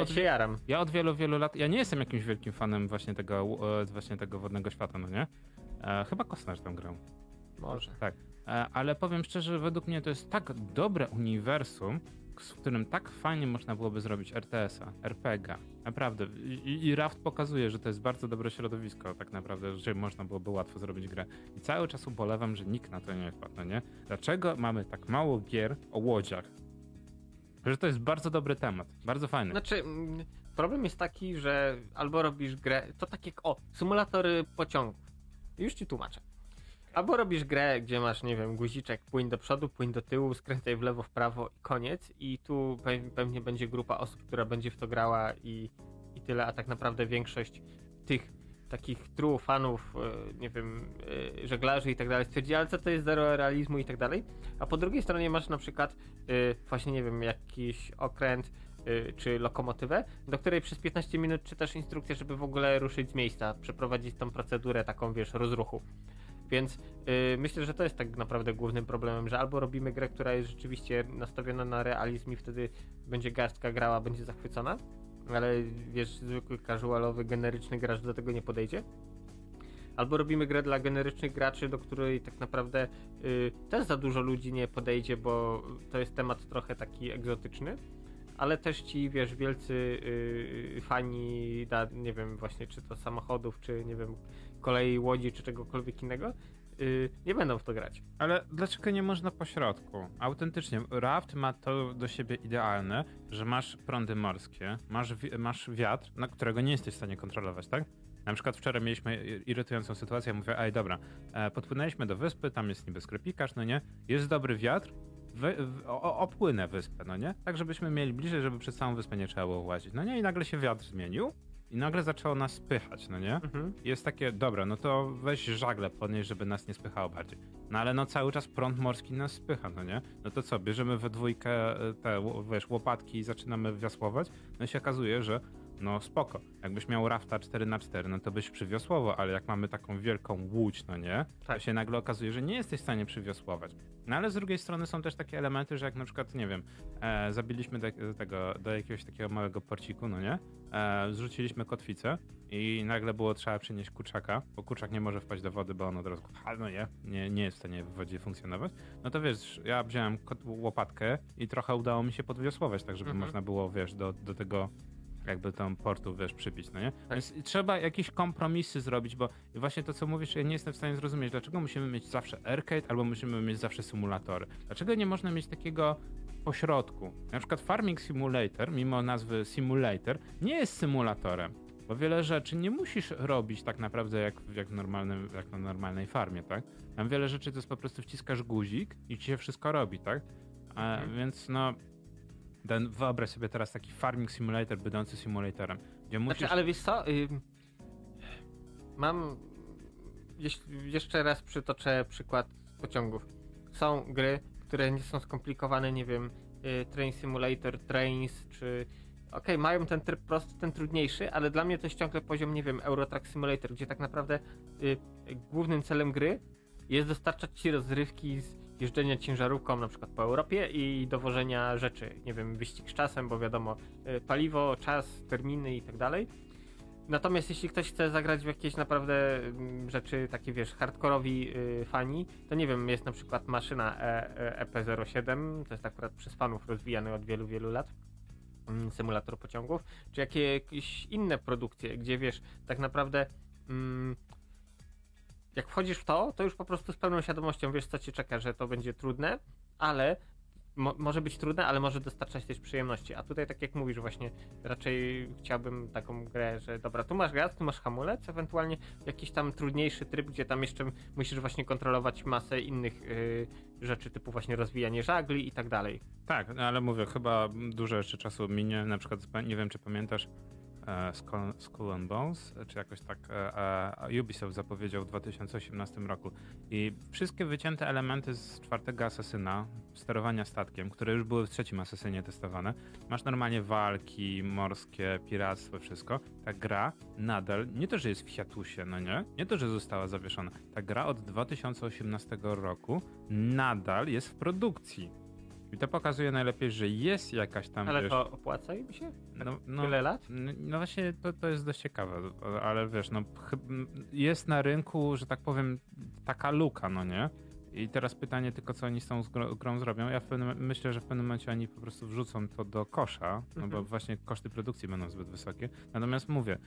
ja od wielu lat, ja nie jestem jakimś wielkim fanem właśnie tego Wodnego Świata, no nie? Chyba Costner tam grał. Może. Tak, ale powiem szczerze, że według mnie to jest tak dobre uniwersum, w którym tak fajnie można byłoby zrobić RTS-a, RPG-a. Naprawdę. I Raft pokazuje, że to jest bardzo dobre środowisko, tak naprawdę, że można byłoby łatwo zrobić grę. I cały czas ubolewam, że nikt na to nie wpadł, no nie? Dlaczego mamy tak mało gier o łodziach? Że to jest bardzo dobry temat, bardzo fajny. Znaczy, problem jest taki, że albo robisz grę, to tak jak, symulatory pociągów. Już ci tłumaczę. Albo robisz grę, gdzie masz, nie wiem, guziczek, płyń do przodu, płyń do tyłu, skręcaj w lewo, w prawo i koniec. I tu pewnie będzie grupa osób, która będzie w to grała i tyle, a tak naprawdę większość tych takich true fanów, nie wiem, żeglarzy i tak dalej stwierdzi, ale co to jest zero realizmu i tak dalej. A po drugiej stronie masz na przykład właśnie, nie wiem, jakiś okręt czy lokomotywę, do której przez 15 minut czytasz instrukcję, żeby w ogóle ruszyć z miejsca, przeprowadzić tą procedurę taką, wiesz, rozruchu. Więc myślę, że to jest tak naprawdę głównym problemem, że albo robimy grę, która jest rzeczywiście nastawiona na realizm i wtedy będzie garstka grała, będzie zachwycona, ale wiesz, zwykły casualowy, generyczny gracz do tego nie podejdzie. Albo robimy grę dla generycznych graczy, do której tak naprawdę też za dużo ludzi nie podejdzie, bo to jest temat trochę taki egzotyczny, ale też ci, wiesz, wielcy fani, nie wiem, właśnie czy to samochodów, czy nie wiem, kolei, łodzi, czy czegokolwiek innego, nie będą w to grać. Ale dlaczego nie można po środku? Autentycznie, Raft ma to do siebie idealne, że masz prądy morskie, masz wiatr, którego nie jesteś w stanie kontrolować, tak? Na przykład wczoraj mieliśmy irytującą sytuację, ja mówię, dobra, podpłynęliśmy do wyspy, tam jest niby sklepikarz, no nie? Jest dobry wiatr, opłynę wyspę, no nie? Tak, żebyśmy mieli bliżej, żeby przez całą wyspę nie trzeba było łazić, no nie? I nagle się wiatr zmienił i nagle zaczęło nas spychać, no nie? Mhm. Jest takie, dobra, no to weź żagle podnieść, żeby nas nie spychało bardziej. No ale no cały czas prąd morski nas spycha, no nie? No to co, bierzemy we dwójkę te, wiesz, łopatki i zaczynamy wiosłować? No i się okazuje, że no spoko, jakbyś miał rafta 4x4, no to byś przywiosłował, ale jak mamy taką wielką łódź, no nie, tak, to się nagle okazuje, że nie jesteś w stanie przywiosłować. No ale z drugiej strony są też takie elementy, że jak na przykład, nie wiem, zabiliśmy do jakiegoś takiego małego porciku, no nie, zrzuciliśmy kotwicę i nagle było trzeba przynieść kurczaka, bo kurczak nie może wpaść do wody, bo on od razu, nie jest w stanie w wodzie funkcjonować, no to wiesz, ja wziąłem łopatkę i trochę udało mi się podwiosłować, tak żeby można było, wiesz, do tego jakby tam portu, wiesz, przybić, no nie? Tak. Więc trzeba jakieś kompromisy zrobić, bo właśnie to, co mówisz, ja nie jestem w stanie zrozumieć, dlaczego musimy mieć zawsze arcade, albo musimy mieć zawsze symulatory. Dlaczego nie można mieć takiego pośrodku? Na przykład Farming Simulator, mimo nazwy Simulator, nie jest symulatorem, bo wiele rzeczy nie musisz robić tak naprawdę jak na normalnej farmie, tak? Tam wiele rzeczy to jest po prostu wciskasz guzik i ci się wszystko robi, tak? Więc no... Wyobraź sobie teraz taki Farming Simulator będący simulatorem, gdzie musisz... Znaczy, ale wiesz co, jeszcze raz przytoczę przykład pociągów. Są gry, które nie są skomplikowane, nie wiem, Train Simulator, Trains, czy... Okej, mają ten tryb prosty, ten trudniejszy, ale dla mnie to jest ciągle poziom, nie wiem, Euro Truck Simulator, gdzie tak naprawdę głównym celem gry jest dostarczać ci rozrywki z jeżdżenia ciężarówką na przykład po Europie i dowożenia rzeczy, nie wiem, wyścig z czasem, bo wiadomo, paliwo, czas, terminy i tak dalej. Natomiast jeśli ktoś chce zagrać w jakieś naprawdę rzeczy takie, wiesz, hardkorowi fani, to nie wiem, jest na przykład maszyna EP07, to jest akurat przez fanów rozwijany od wielu, wielu lat, symulator pociągów, czy jakieś inne produkcje, gdzie wiesz, tak naprawdę jak wchodzisz w to już po prostu z pełną świadomością wiesz, co cię czeka, że to będzie trudne, ale może być trudne, ale może dostarczać też przyjemności. A tutaj, tak jak mówisz, właśnie raczej chciałbym taką grę, że dobra, tu masz gaz, tu masz hamulec, ewentualnie jakiś tam trudniejszy tryb, gdzie tam jeszcze musisz właśnie kontrolować masę innych rzeczy, typu właśnie rozwijanie żagli i tak dalej. Tak, ale mówię, chyba dużo jeszcze czasu minie, na przykład, nie wiem, czy pamiętasz, Skull and Bones, czy jakoś tak Ubisoft zapowiedział w 2018 roku. I wszystkie wycięte elementy z czwartego Asasyna, sterowania statkiem, które już były w trzecim Asasynie testowane, masz normalnie walki morskie, piractwo, wszystko. Ta gra nadal, nie to, że jest w hiatusie, no nie to, że została zawieszona. Ta gra od 2018 roku nadal jest w produkcji. I to pokazuje najlepiej, że jest jakaś tam... Ale to opłaca im się? Tyle lat? No właśnie to jest dość ciekawe, ale wiesz, jest na rynku, że tak powiem, taka luka, no nie? I teraz pytanie tylko, co oni z tą grą zrobią. Ja myślę, że w pewnym momencie oni po prostu wrzucą to do kosza, no bo właśnie koszty produkcji będą zbyt wysokie. Natomiast mówię,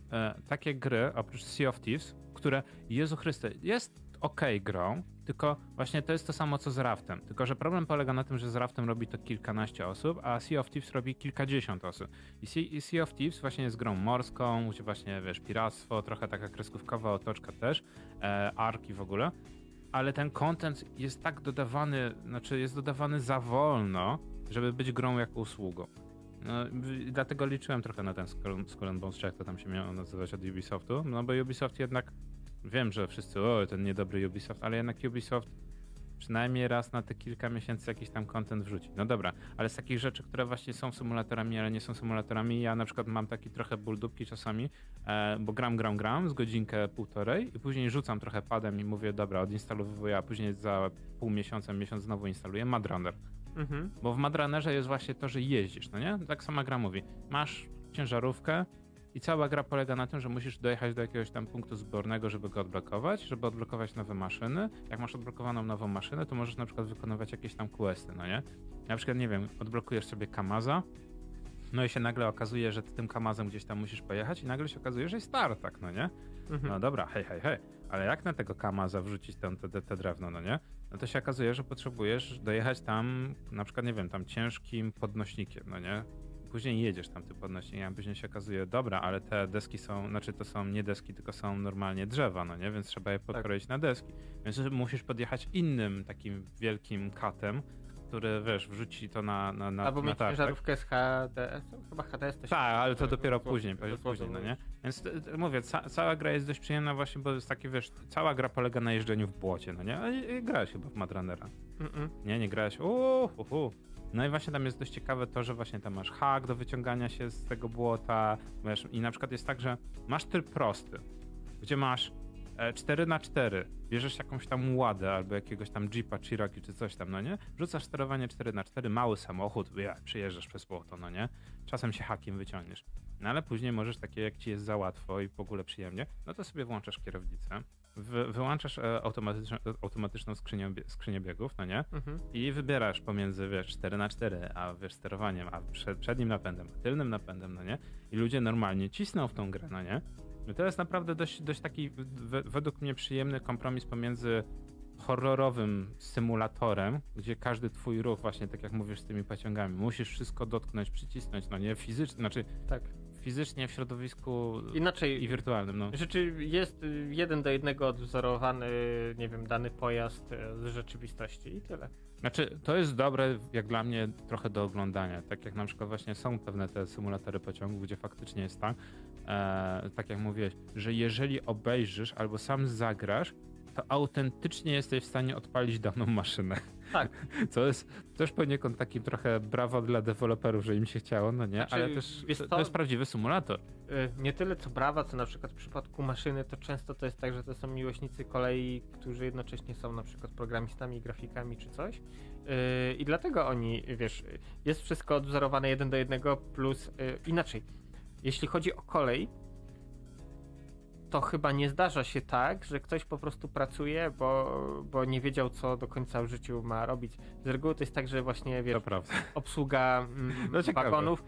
takie gry, oprócz Sea of Thieves, które, Jezu Chryste, jest grą, tylko właśnie to jest to samo co z Raftem. Tylko że problem polega na tym, że z Raftem robi to kilkanaście osób, a Sea of Thieves robi kilkadziesiąt osób. I Sea of Thieves właśnie jest grą morską, gdzie właśnie, wiesz, piractwo, trochę taka kreskówkowa otoczka też, arki w ogóle, ale ten content jest tak dodawany, jest dodawany za wolno, żeby być grą jako usługą. No, dlatego liczyłem trochę na ten Skull and Bones, czy jak to tam się miało nazywać od Ubisoftu, no bo Ubisoft jednak, wiem, że wszyscy, ten niedobry Ubisoft, ale jednak Ubisoft przynajmniej raz na te kilka miesięcy jakiś tam content wrzuci. No dobra, ale z takich rzeczy, które właśnie są symulatorami, ale nie są symulatorami, ja na przykład mam taki trochę ból dupki czasami, bo gram z godzinkę, półtorej i później rzucam trochę padem i mówię, dobra, odinstalowuję, a później za pół miesiąca, miesiąc znowu instaluję Mad Runner. Bo w Mad Runnerze jest właśnie to, że jeździsz, no nie? Tak sama gra mówi. Masz ciężarówkę i cała gra polega na tym, że musisz dojechać do jakiegoś tam punktu zbornego, żeby go odblokować, żeby odblokować nowe maszyny. Jak masz odblokowaną nową maszynę, to możesz na przykład wykonywać jakieś tam questy, no nie? Na przykład, nie wiem, odblokujesz sobie Kamaza, no i się nagle okazuje, że ty tym Kamazem gdzieś tam musisz pojechać i nagle się okazuje, że jest tartak, no nie? No dobra, hej, ale jak na tego Kamaza wrzucić tam te drewno, no nie? No to się okazuje, że potrzebujesz dojechać tam, na przykład, nie wiem, tam ciężkim podnośnikiem, no nie? Później jedziesz tam tym podnośnikiem, a później się okazuje, dobra, ale te deski są, to są nie deski, tylko są normalnie drzewa, no nie? Więc trzeba je podkroić na deski. Więc musisz podjechać innym takim wielkim katem, który, wiesz, wrzuci to na albo mieć ciężarówkę z HDS, chyba HDS to się... Tak, ale to dopiero później, no nie? Więc mówię, cała gra jest dość przyjemna właśnie, bo jest takie, wiesz, cała gra polega na jeżdżeniu w błocie, no nie? Ale grałeś chyba w Mad Runnera. Nie grałeś? No i właśnie tam jest dość ciekawe to, że właśnie tam masz hak do wyciągania się z tego błota, wiesz, i na przykład jest tak, że masz tryb prosty, gdzie masz 4x4, bierzesz jakąś tam ładę albo jakiegoś tam Jeepa, Cherokee czy coś tam, no nie? Wrzucasz sterowanie 4x4, mały samochód, przyjeżdżasz przez błoto, no nie? Czasem się hakiem wyciągniesz. No ale później możesz takie, jak ci jest za łatwo i w ogóle przyjemnie, no to sobie włączasz kierownicę, wyłączasz automatyczną skrzynię biegów, no nie? I wybierasz pomiędzy, wiesz, 4x4, a wiesz, sterowaniem, a przednim napędem, a tylnym napędem, no nie? I ludzie normalnie cisną w tą grę, no nie? No to jest naprawdę dość taki, według mnie, przyjemny kompromis pomiędzy horrorowym symulatorem, gdzie każdy twój ruch, właśnie tak jak mówisz z tymi pociągami, musisz wszystko dotknąć, przycisnąć, no nie? Fizycznie w środowisku inaczej i wirtualnym. No. Rzeczy jest 1:1 odwzorowany, nie wiem, dany pojazd z rzeczywistości i tyle. To jest dobre, jak dla mnie, trochę do oglądania. Tak jak na przykład właśnie są pewne te symulatory pociągów, gdzie faktycznie jest tak jak mówiłeś, że jeżeli obejrzysz albo sam zagrasz, to autentycznie jesteś w stanie odpalić daną maszynę. Tak. Co jest też poniekąd takim trochę brawo dla deweloperów, że im się chciało, no nie? Ale też to jest prawdziwy symulator. Nie tyle co brawa, co na przykład w przypadku maszyny, to często to jest tak, że to są miłośnicy kolei, którzy jednocześnie są na przykład programistami, grafikami czy coś. I dlatego oni, wiesz, jest wszystko odwzorowane 1:1 plus inaczej. Jeśli chodzi o kolej, to chyba nie zdarza się tak, że ktoś po prostu pracuje, bo nie wiedział, co do końca w życiu ma robić. Z reguły to jest tak, że właśnie, wiesz, obsługa wagonów,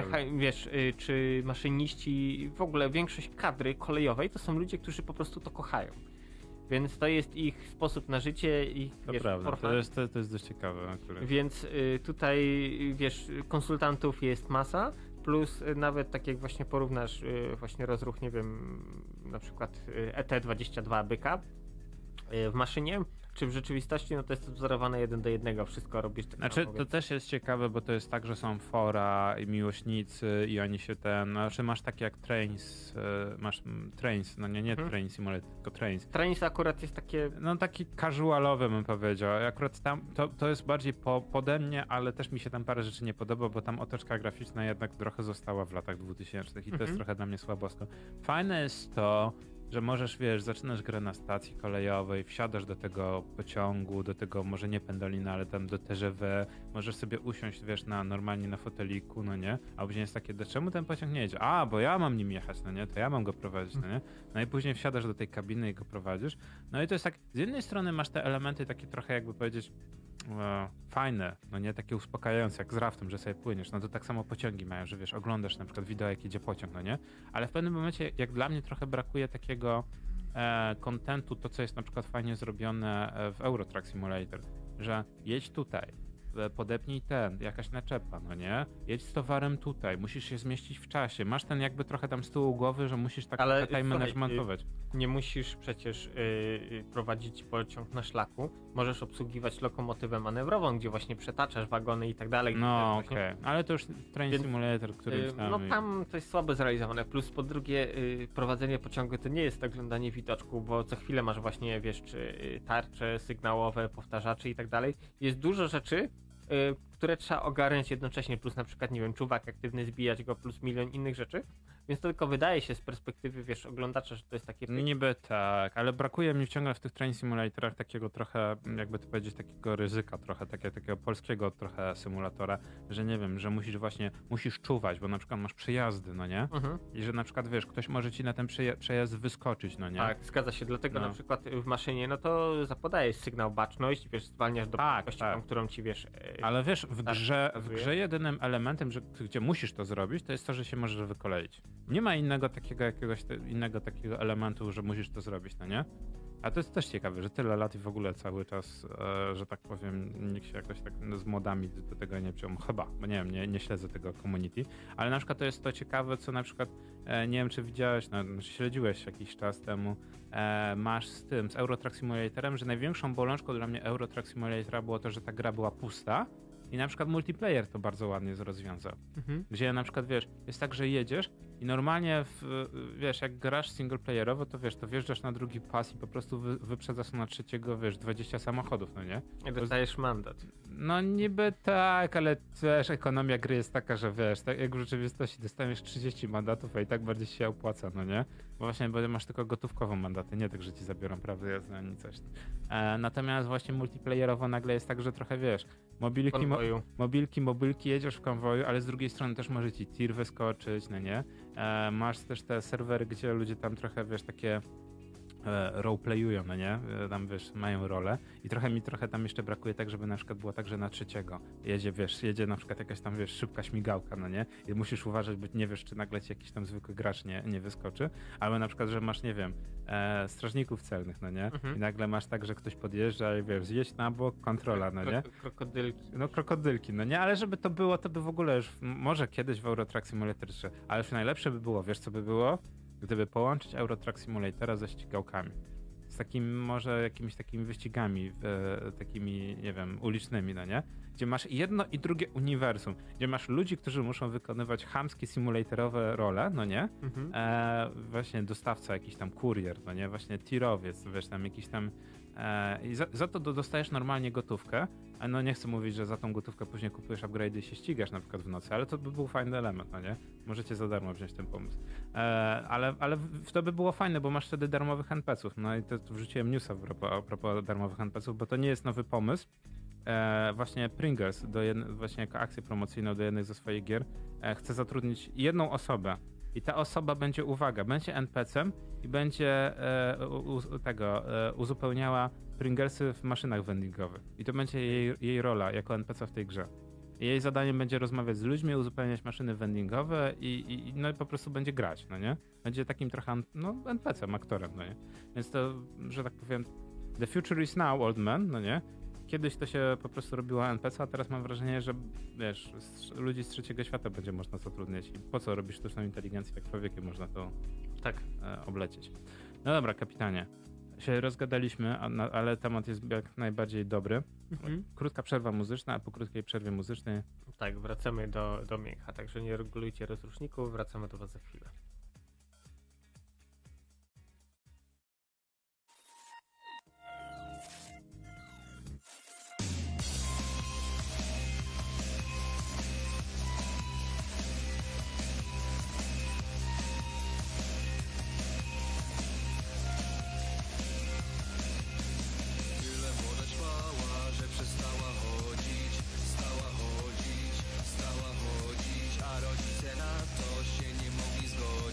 czy maszyniści, w ogóle większość kadry kolejowej to są ludzie, którzy po prostu to kochają. Więc to jest ich sposób na życie, to prawda, to jest dość ciekawe akurat. Więc tutaj, wiesz, konsultantów jest masa, plus nawet tak jak właśnie porównasz właśnie rozruch, nie wiem, na przykład ET22 byka w maszynie, czy w rzeczywistości no to jest wzorowane 1:1, wszystko robisz tak Znaczy, samo, to też jest ciekawe, bo to jest tak, że są fora i miłośnicy i oni się znaczy masz takie jak Trains, masz Trains, no nie Train Simulator, tylko Trains. Trains akurat jest takie... No taki casualowy bym powiedział, akurat tam to jest bardziej pode mnie, ale też mi się tam parę rzeczy nie podoba, bo tam otoczka graficzna jednak trochę została w latach 2000 i to jest trochę dla mnie słabostko. Fajne jest to, że możesz, wiesz, zaczynasz grę na stacji kolejowej, wsiadasz do tego pociągu, do tego może nie pendolina, ale tam do TGV, możesz sobie usiąść, wiesz, normalnie na foteliku, no nie? A później jest takie, czemu ten pociąg nie jedzie? A, bo ja mam nim jechać, no nie? To ja mam go prowadzić, no nie? No i później wsiadasz do tej kabiny i go prowadzisz. No i to jest tak, z jednej strony masz te elementy takie trochę jakby powiedzieć fajne, no nie, takie uspokajające, jak z raftem, że sobie płyniesz, no to tak samo pociągi mają, że wiesz, oglądasz na przykład wideo, jak jedzie pociąg, no nie, ale w pewnym momencie, jak dla mnie trochę brakuje takiego kontentu, to co jest na przykład fajnie zrobione w Euro Truck Simulator, że jedź tutaj, podepnij jakaś naczepa, no nie? Jedź z towarem tutaj, musisz się zmieścić w czasie. Masz ten jakby trochę tam z tyłu głowy, że musisz tak trochę time managementować. Nie musisz przecież prowadzić pociąg na szlaku. Możesz obsługiwać lokomotywę manewrową, gdzie właśnie przetaczasz wagony i tak dalej. No okej, ale to już Train Simulator, który no tam to jest słabo zrealizowane. Plus po drugie prowadzenie pociągu to nie jest oglądanie widoczku, bo co chwilę masz właśnie, wiesz, czy tarcze sygnałowe, powtarzacze i tak dalej. Jest dużo rzeczy, które trzeba ogarnąć jednocześnie, plus na przykład, nie wiem, czuwak aktywny, zbijać go, plus milion innych rzeczy, więc to tylko wydaje się z perspektywy, wiesz, oglądacza, że to jest takie... Niby tak, ale brakuje mi ciągle w tych Train Simulatorach takiego trochę, jakby to powiedzieć, takiego ryzyka trochę, takiego polskiego trochę symulatora, że nie wiem, że musisz czuwać, bo na przykład masz przejazdy, no nie? I że na przykład, wiesz, ktoś może ci na ten przejazd wyskoczyć, no nie? Tak, zgadza się, dlatego na przykład w maszynie, no to podajesz sygnał baczność, wiesz, zwalniasz do prędkości, którą ci, wiesz... Ale wiesz, w grze jedynym elementem, gdzie musisz to zrobić, to jest to, że się możesz wykoleić. Nie ma jakiegoś innego takiego elementu, że musisz to zrobić, no nie? A to jest też ciekawe, że tyle lat i w ogóle cały czas, że tak powiem, nikt się jakoś tak z modami do tego nie wziął. Chyba, bo nie wiem, nie śledzę tego community, ale na przykład to jest to ciekawe, co na przykład, nie wiem czy widziałeś, śledziłeś jakiś czas temu, masz z Euro Truck Simulatorem, że największą bolączką dla mnie Euro Truck Simulatora było to, że ta gra była pusta. I na przykład multiplayer to bardzo ładnie rozwiązał. Gdzie na przykład, wiesz, jest tak, że jedziesz i normalnie, wiesz, jak grasz singleplayerowo, to wiesz, to wjeżdżasz na drugi pas i po prostu wyprzedzasz na trzeciego, wiesz, 20 samochodów, no nie? I dostajesz mandat. No niby tak, ale też ekonomia gry jest taka, że wiesz, tak jak w rzeczywistości dostaniesz 30 mandatów, a i tak bardziej się opłaca, no nie? Bo właśnie masz tylko gotówkową mandaty, nie tak, że ci zabiorą prawo jazdy ani coś. Natomiast właśnie multiplayerowo nagle jest tak, że trochę wiesz, mobilki, jedziesz w konwoju, ale z drugiej strony też może ci tir wyskoczyć, no nie? Masz też te serwery, gdzie ludzie tam trochę, wiesz, takie roleplayują, no nie? Tam, wiesz, mają rolę i trochę tam jeszcze brakuje tak, żeby na przykład było tak, że na trzeciego jedzie na przykład jakaś tam, wiesz, szybka śmigałka, no nie? I musisz uważać, bo nie wiesz, czy nagle ci jakiś tam zwykły gracz nie wyskoczy, albo na przykład, że masz, nie wiem, strażników celnych, no nie? I nagle masz tak, że ktoś podjeżdża i wiesz, zjeść na bok, kontrola, no nie? Krokodylki. No krokodylki, no nie? Ale żeby to było, to by w ogóle już, może kiedyś w Euro Truck Simulator 3, ale już najlepsze by było, wiesz co by było? Gdyby połączyć Euro Truck Simulatora ze ścigałkami. Z takim, może jakimiś takimi wyścigami, takimi, nie wiem, ulicznymi, no nie? Gdzie masz jedno i drugie uniwersum. Gdzie masz ludzi, którzy muszą wykonywać chamskie simulatorowe role, no nie? Właśnie dostawca, jakiś tam kurier, no nie? Właśnie tirowiec, wiesz, tam jakiś tam... I za to dostajesz normalnie gotówkę. No nie chcę mówić, że za tą gotówkę później kupujesz upgrade'y i się ścigasz na przykład w nocy, ale to by był fajny element, no nie? Możecie za darmo wziąć ten pomysł. Ale to by było fajne, bo masz wtedy darmowych NPC-ów. No i to wrzuciłem newsa a propos darmowych NPC-ów, bo to nie jest nowy pomysł. Właśnie Pringles, właśnie jako akcję promocyjną do jednej ze swoich gier, chce zatrudnić jedną osobę. I ta osoba będzie, uwaga, będzie NPC-em i będzie uzupełniała Pringlesy w maszynach vendingowych. I to będzie jej rola jako NPC w tej grze. I jej zadaniem będzie rozmawiać z ludźmi, uzupełniać maszyny vendingowe i no i po prostu będzie grać, no nie? Będzie takim trochę, no, NPC-em, aktorem, no nie? Więc to, że tak powiem, the future is now, old man, no nie? Kiedyś to się po prostu robiło NPC, a teraz mam wrażenie, że wiesz, ludzi z trzeciego świata będzie można zatrudniać. I po co robisz sztuczną inteligencję, jak człowiekiem można to tak oblecieć. No dobra, kapitanie. się rozgadaliśmy, ale temat jest jak najbardziej dobry. Krótka przerwa muzyczna, a po krótkiej przerwie muzycznej... Tak, wracamy do mięcha, także nie regulujcie rozruszników, wracamy do was za chwilę. A rodzice na to się nie mogli zgodzić.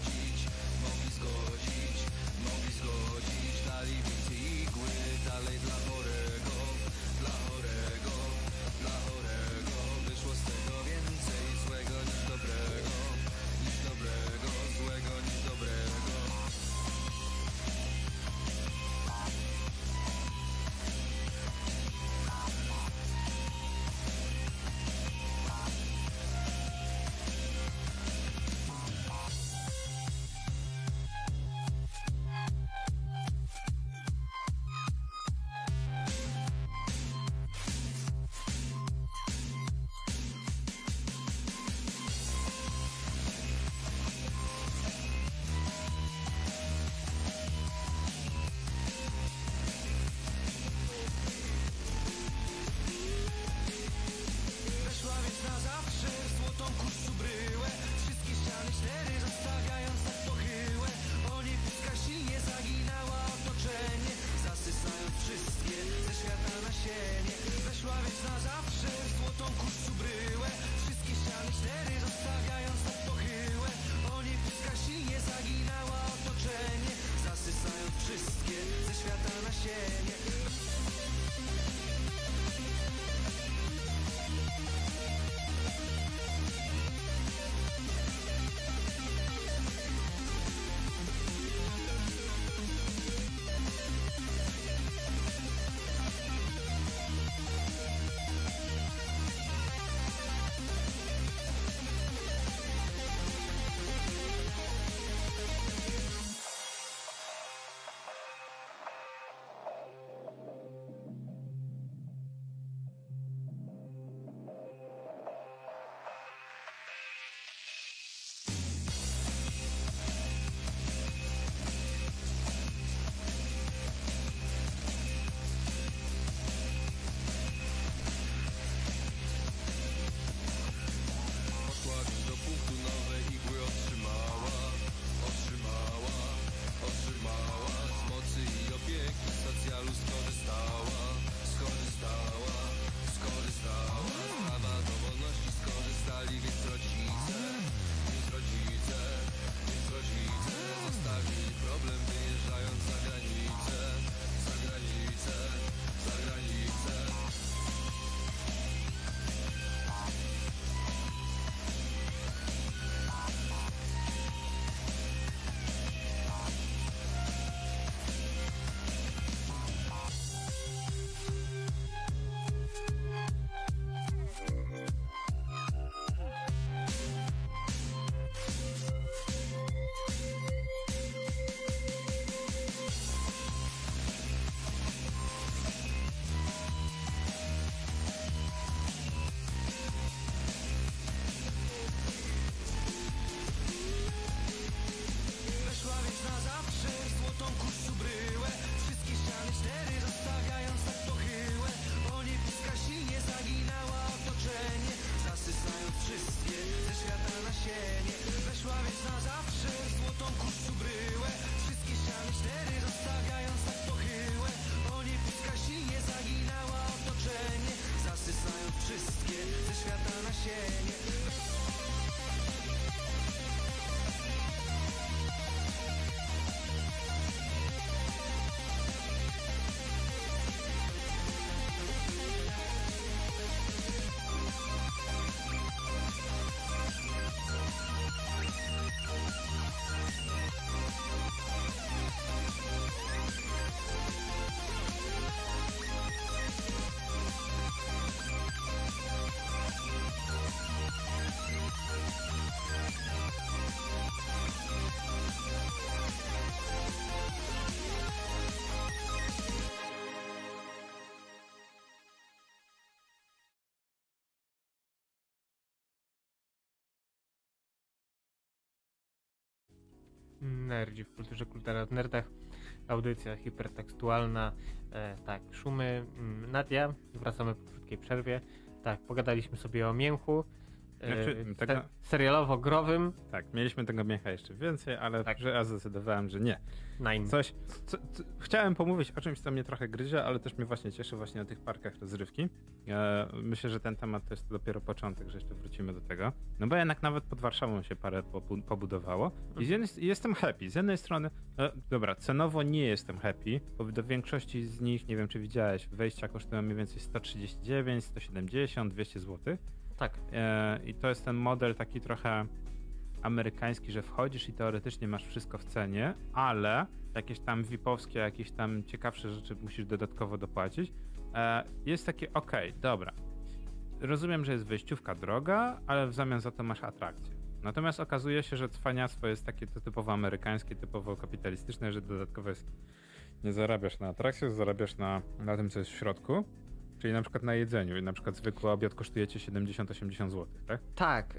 Nerdzi w kulturze, kultura w nerdach, audycja hipertekstualna, tak, szumy. Nadia, wracamy po krótkiej przerwie. Tak, pogadaliśmy sobie o mięchu, serialowo-growym. Tak, mieliśmy tego mięcha jeszcze więcej, ale ja zdecydowałem, że nie. Chciałem pomówić o czymś, co mnie trochę gryzie, ale też mnie właśnie cieszy właśnie o tych parkach rozrywki. Myślę, że ten temat to jest dopiero początek, że jeszcze wrócimy do tego. No bo jednak nawet pod Warszawą się parę pobudowało i jestem happy. Z jednej strony, dobra, cenowo nie jestem happy, bo do większości z nich, nie wiem czy widziałeś, wejścia kosztują mniej więcej 139, 170, 200 zł. Tak. I to jest ten model taki trochę amerykański, że wchodzisz i teoretycznie masz wszystko w cenie, ale jakieś tam VIP-owskie, jakieś tam ciekawsze rzeczy musisz dodatkowo dopłacić. Jest takie, dobra. Rozumiem, że jest wejściówka droga, ale w zamian za to masz atrakcję. Natomiast okazuje się, że cwaniactwo jest takie typowo amerykańskie, typowo kapitalistyczne, że dodatkowo jest, nie zarabiasz na atrakcję, zarabiasz na tym, co jest w środku. Czyli na przykład na jedzeniu i na przykład zwykły obiad kosztuje cię 70-80 zł, tak? Tak.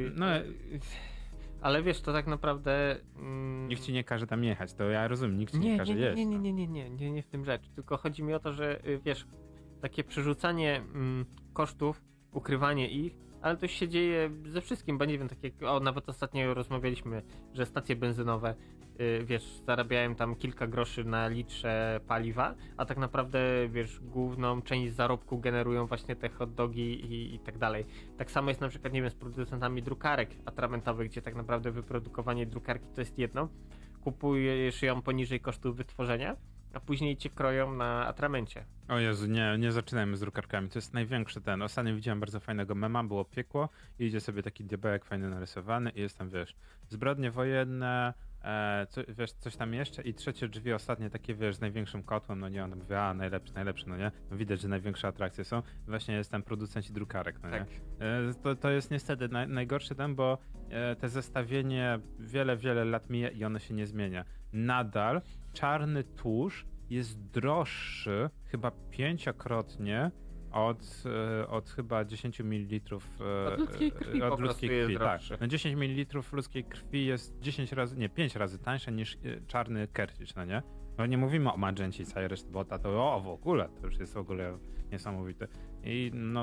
Ale wiesz, to tak naprawdę... Nikt ci nie każe tam jechać, to ja rozumiem, nikt ci nie każe jeść. Nie w tym rzecz. Tylko chodzi mi o to, że wiesz, takie przerzucanie kosztów, ukrywanie ich, ale to się dzieje ze wszystkim, bo nie wiem, tak jak nawet ostatnio rozmawialiśmy, że stacje benzynowe, wiesz, zarabiałem tam kilka groszy na litrze paliwa, a tak naprawdę, wiesz, główną część zarobku generują właśnie te hot dogi i tak dalej. Tak samo jest na przykład, nie wiem, z producentami drukarek atramentowych, gdzie tak naprawdę wyprodukowanie drukarki to jest jedno, kupujesz ją poniżej kosztu wytworzenia, a później cię kroją na atramencie. O Jezu, nie zaczynajmy z drukarkami, to jest największy ten. Ostatnio widziałem bardzo fajnego mema, było piekło i idzie sobie taki diabełek fajny narysowany i jest tam, wiesz, zbrodnie wojenne, coś tam jeszcze i trzecie drzwi ostatnie takie, wiesz, z największym kotłem, no nie, on mówi, najlepszy, no nie, no widać, że największe atrakcje są, właśnie jest tam producenci drukarek, no tak. Nie. To jest niestety najgorszy ten, bo te zestawienie wiele lat mija i ono się nie zmienia. Nadal czarny tusz jest droższy chyba 5-krotnie od chyba 10 ml od ludzkiej krwi, tak. No 10 ml ludzkiej krwi jest 5 razy tańsze niż czarny Kertwicz, no nie? No nie mówimy o Magencie i całej reszty, bo to w ogóle, to już jest w ogóle niesamowite. I no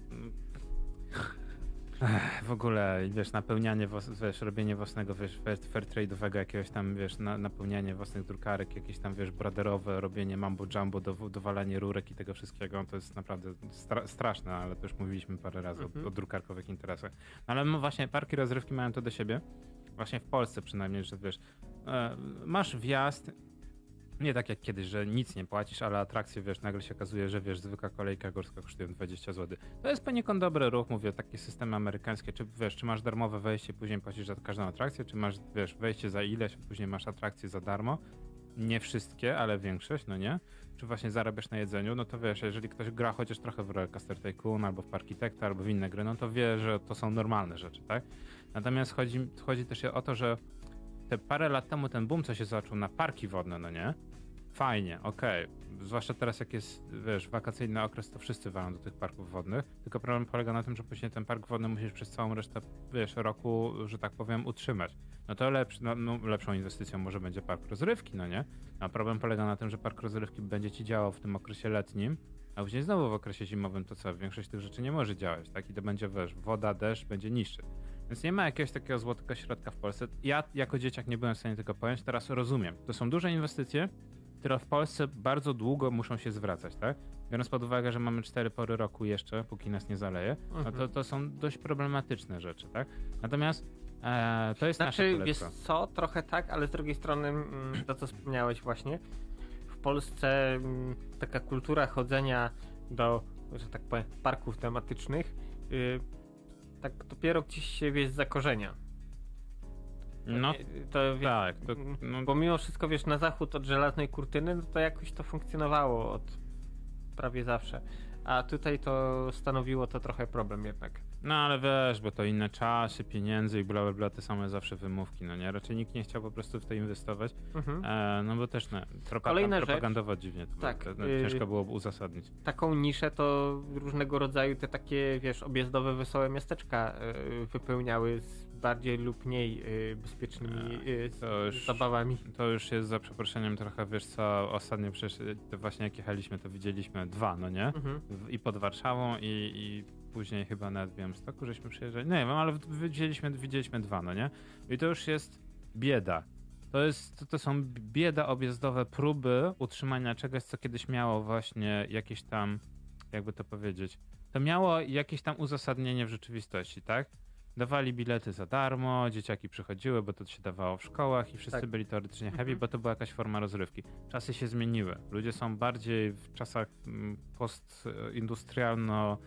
w ogóle, wiesz, napełnianie, wiesz, robienie własnego, wiesz, fairtrade'owego jakiegoś tam, wiesz, napełnianie własnych drukarek, jakieś tam, wiesz, braderowe, robienie mambo jumbo, dowalanie rurek i tego wszystkiego, to jest naprawdę straszne, ale to już mówiliśmy parę razy o drukarkowych interesach. Ale właśnie parki rozrywki mają to do siebie, właśnie w Polsce przynajmniej, że wiesz, masz wjazd, nie tak jak kiedyś, że nic nie płacisz, ale atrakcje, wiesz, nagle się okazuje, że wiesz, zwykła kolejka górska kosztuje 20 zł. To jest poniekąd dobry ruch, mówię, takie systemy amerykańskie, czy wiesz, czy masz darmowe wejście, później płacisz za każdą atrakcję, czy masz, wiesz, wejście za ileś, później masz atrakcje za darmo. Nie wszystkie, ale większość, no nie? Czy właśnie zarabiasz na jedzeniu, no to wiesz, jeżeli ktoś gra chociaż trochę w Rollercoaster Tycoon, albo w Parkitecta, albo w inne gry, no to wie, że to są normalne rzeczy, tak? Natomiast chodzi też o to, że te parę lat temu ten boom, co się zaczął na parki wodne, no nie? Fajnie, okej. Zwłaszcza teraz, jak jest, wiesz, wakacyjny okres, to wszyscy walą do tych parków wodnych. Tylko problem polega na tym, że później ten park wodny musisz przez całą resztę, wiesz, roku, że tak powiem, utrzymać. No to lepszą inwestycją może będzie park rozrywki, no nie? A problem polega na tym, że park rozrywki będzie ci działał w tym okresie letnim, a później znowu w okresie zimowym to co? Większość tych rzeczy nie może działać, tak? I to będzie, wiesz, woda, deszcz będzie niszczyć. Więc nie ma jakiegoś takiego złotego środka w Polsce. Ja jako dzieciak nie byłem w stanie tego pojąć, teraz rozumiem. To są duże inwestycje, które w Polsce bardzo długo muszą się zwracać, tak? Biorąc pod uwagę, że mamy 4 pory roku jeszcze, póki nas nie zaleje, no to są dość problematyczne rzeczy, tak? Natomiast to jest nasze poletko. Wiesz co, trochę tak, ale z drugiej strony to, co wspomniałeś właśnie, w Polsce taka kultura chodzenia do, że tak powiem, parków tematycznych tak dopiero gdzieś się, wiesz, zakorzenia. No tak. Bo mimo wszystko, wiesz, na zachód od żelaznej kurtyny, no to jakoś to funkcjonowało od prawie zawsze. A tutaj to stanowiło to trochę problem jednak. No ale wiesz, bo to inne czasy, pieniędzy i bla, bla, te same zawsze wymówki, no nie? Raczej nikt nie chciał po prostu w to inwestować, no bo też propagandowo dziwnie to tak, ciężko było uzasadnić. Taką niszę to różnego rodzaju te takie, wiesz, objazdowe, wesołe miasteczka wypełniały z bardziej lub mniej bezpiecznymi zabawami. To już jest za przeproszeniem trochę, wiesz co, ostatnio przecież to właśnie jak jechaliśmy, to widzieliśmy 2, no nie? I pod Warszawą i później chyba nawet w Białymstoku żeśmy przyjeżdżali. Nie wiem, ale widzieliśmy 2, no nie? I to już jest bieda. To są bieda objazdowe, próby utrzymania czegoś, co kiedyś miało właśnie jakieś tam, jakby to powiedzieć, to miało jakieś tam uzasadnienie w rzeczywistości, tak? Dawali bilety za darmo, dzieciaki przychodziły, bo to się dawało w szkołach i wszyscy byli teoretycznie happy, bo to była jakaś forma rozrywki. Czasy się zmieniły. Ludzie są bardziej w czasach postindustrialno